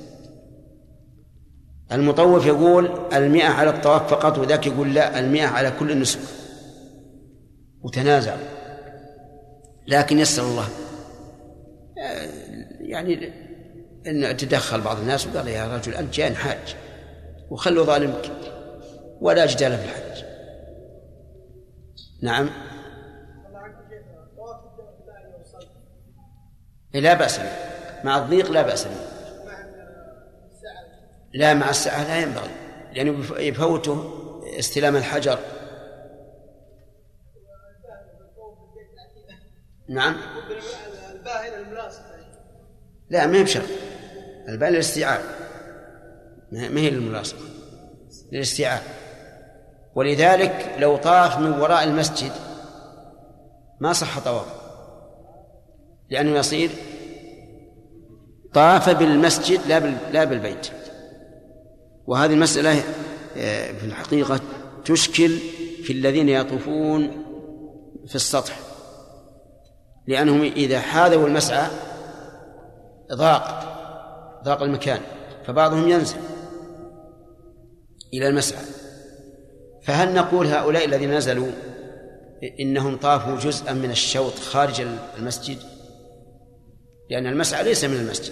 المطوف يقول المئة على الطواف فقط، وذاك يقول لا المئة على كل النسك، وتنازع. لكن يسر الله يعني أن تدخل بعض الناس وقال يا رجل أنت جاء حاج وخلوا ظالمك ولا جدال في الحج. نعم. لا بأس به مع الضيق، لا بأس به. لا مع الساعة لا ينبغي، لأنه يعني يفوته استلام الحجر. نعم. لا ما يبشر، الباء للاستيعاب ما هي للملاصقة، للاستيعاب. ولذلك لو طاف من وراء المسجد ما صح طواف، لأنه يصير طاف بالمسجد لا بالبيت. وهذه المسألة في الحقيقة تشكل في الذين يطوفون في السطح، لأنهم إذا حاذوا المسعى ضاق ضاق المكان، فبعضهم ينزل إلى المسعى. فهل نقول هؤلاء الذين نزلوا إنهم طافوا جزءا من الشوط خارج المسجد؟ لأن المسعى ليس من المسجد.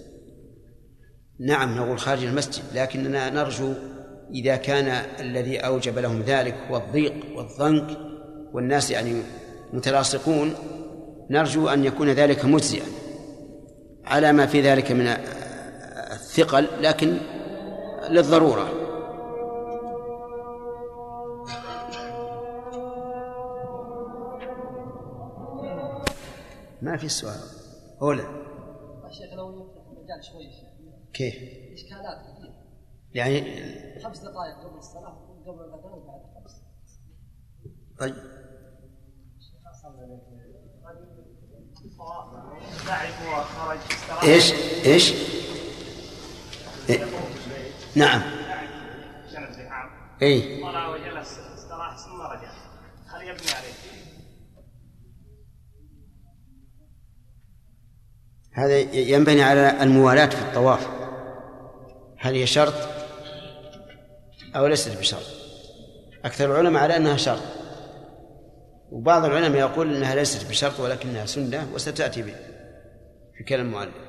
نعم نقول خارج المسجد، لكننا نرجو إذا كان الذي أوجب لهم ذلك هو الضيق والضنك والناس يعني متلاصقون، نرجو أن يكون ذلك مجزئا على ما في ذلك من الثقل، لكن للضرورة. ما في سؤال أولا. الشيخ لو يفتح المجال شوي كيف؟ إشكالات كثير يعني خمس دقائق قبل الصلاة قبل الأذان وبعد خمس. طيب ايش ايش إيه؟ نعم اي طلع وجلس استراح ثم رجع، هل يبني عليه؟ هذا ينبني على الموالاة في الطواف، هل هي شرط أو ليست بشرط؟ أكثر العلماء على أنها شرط، وبعض العلماء يقول أنها ليست بشرط ولكنها سنة وستأتي به في كلام المؤلف.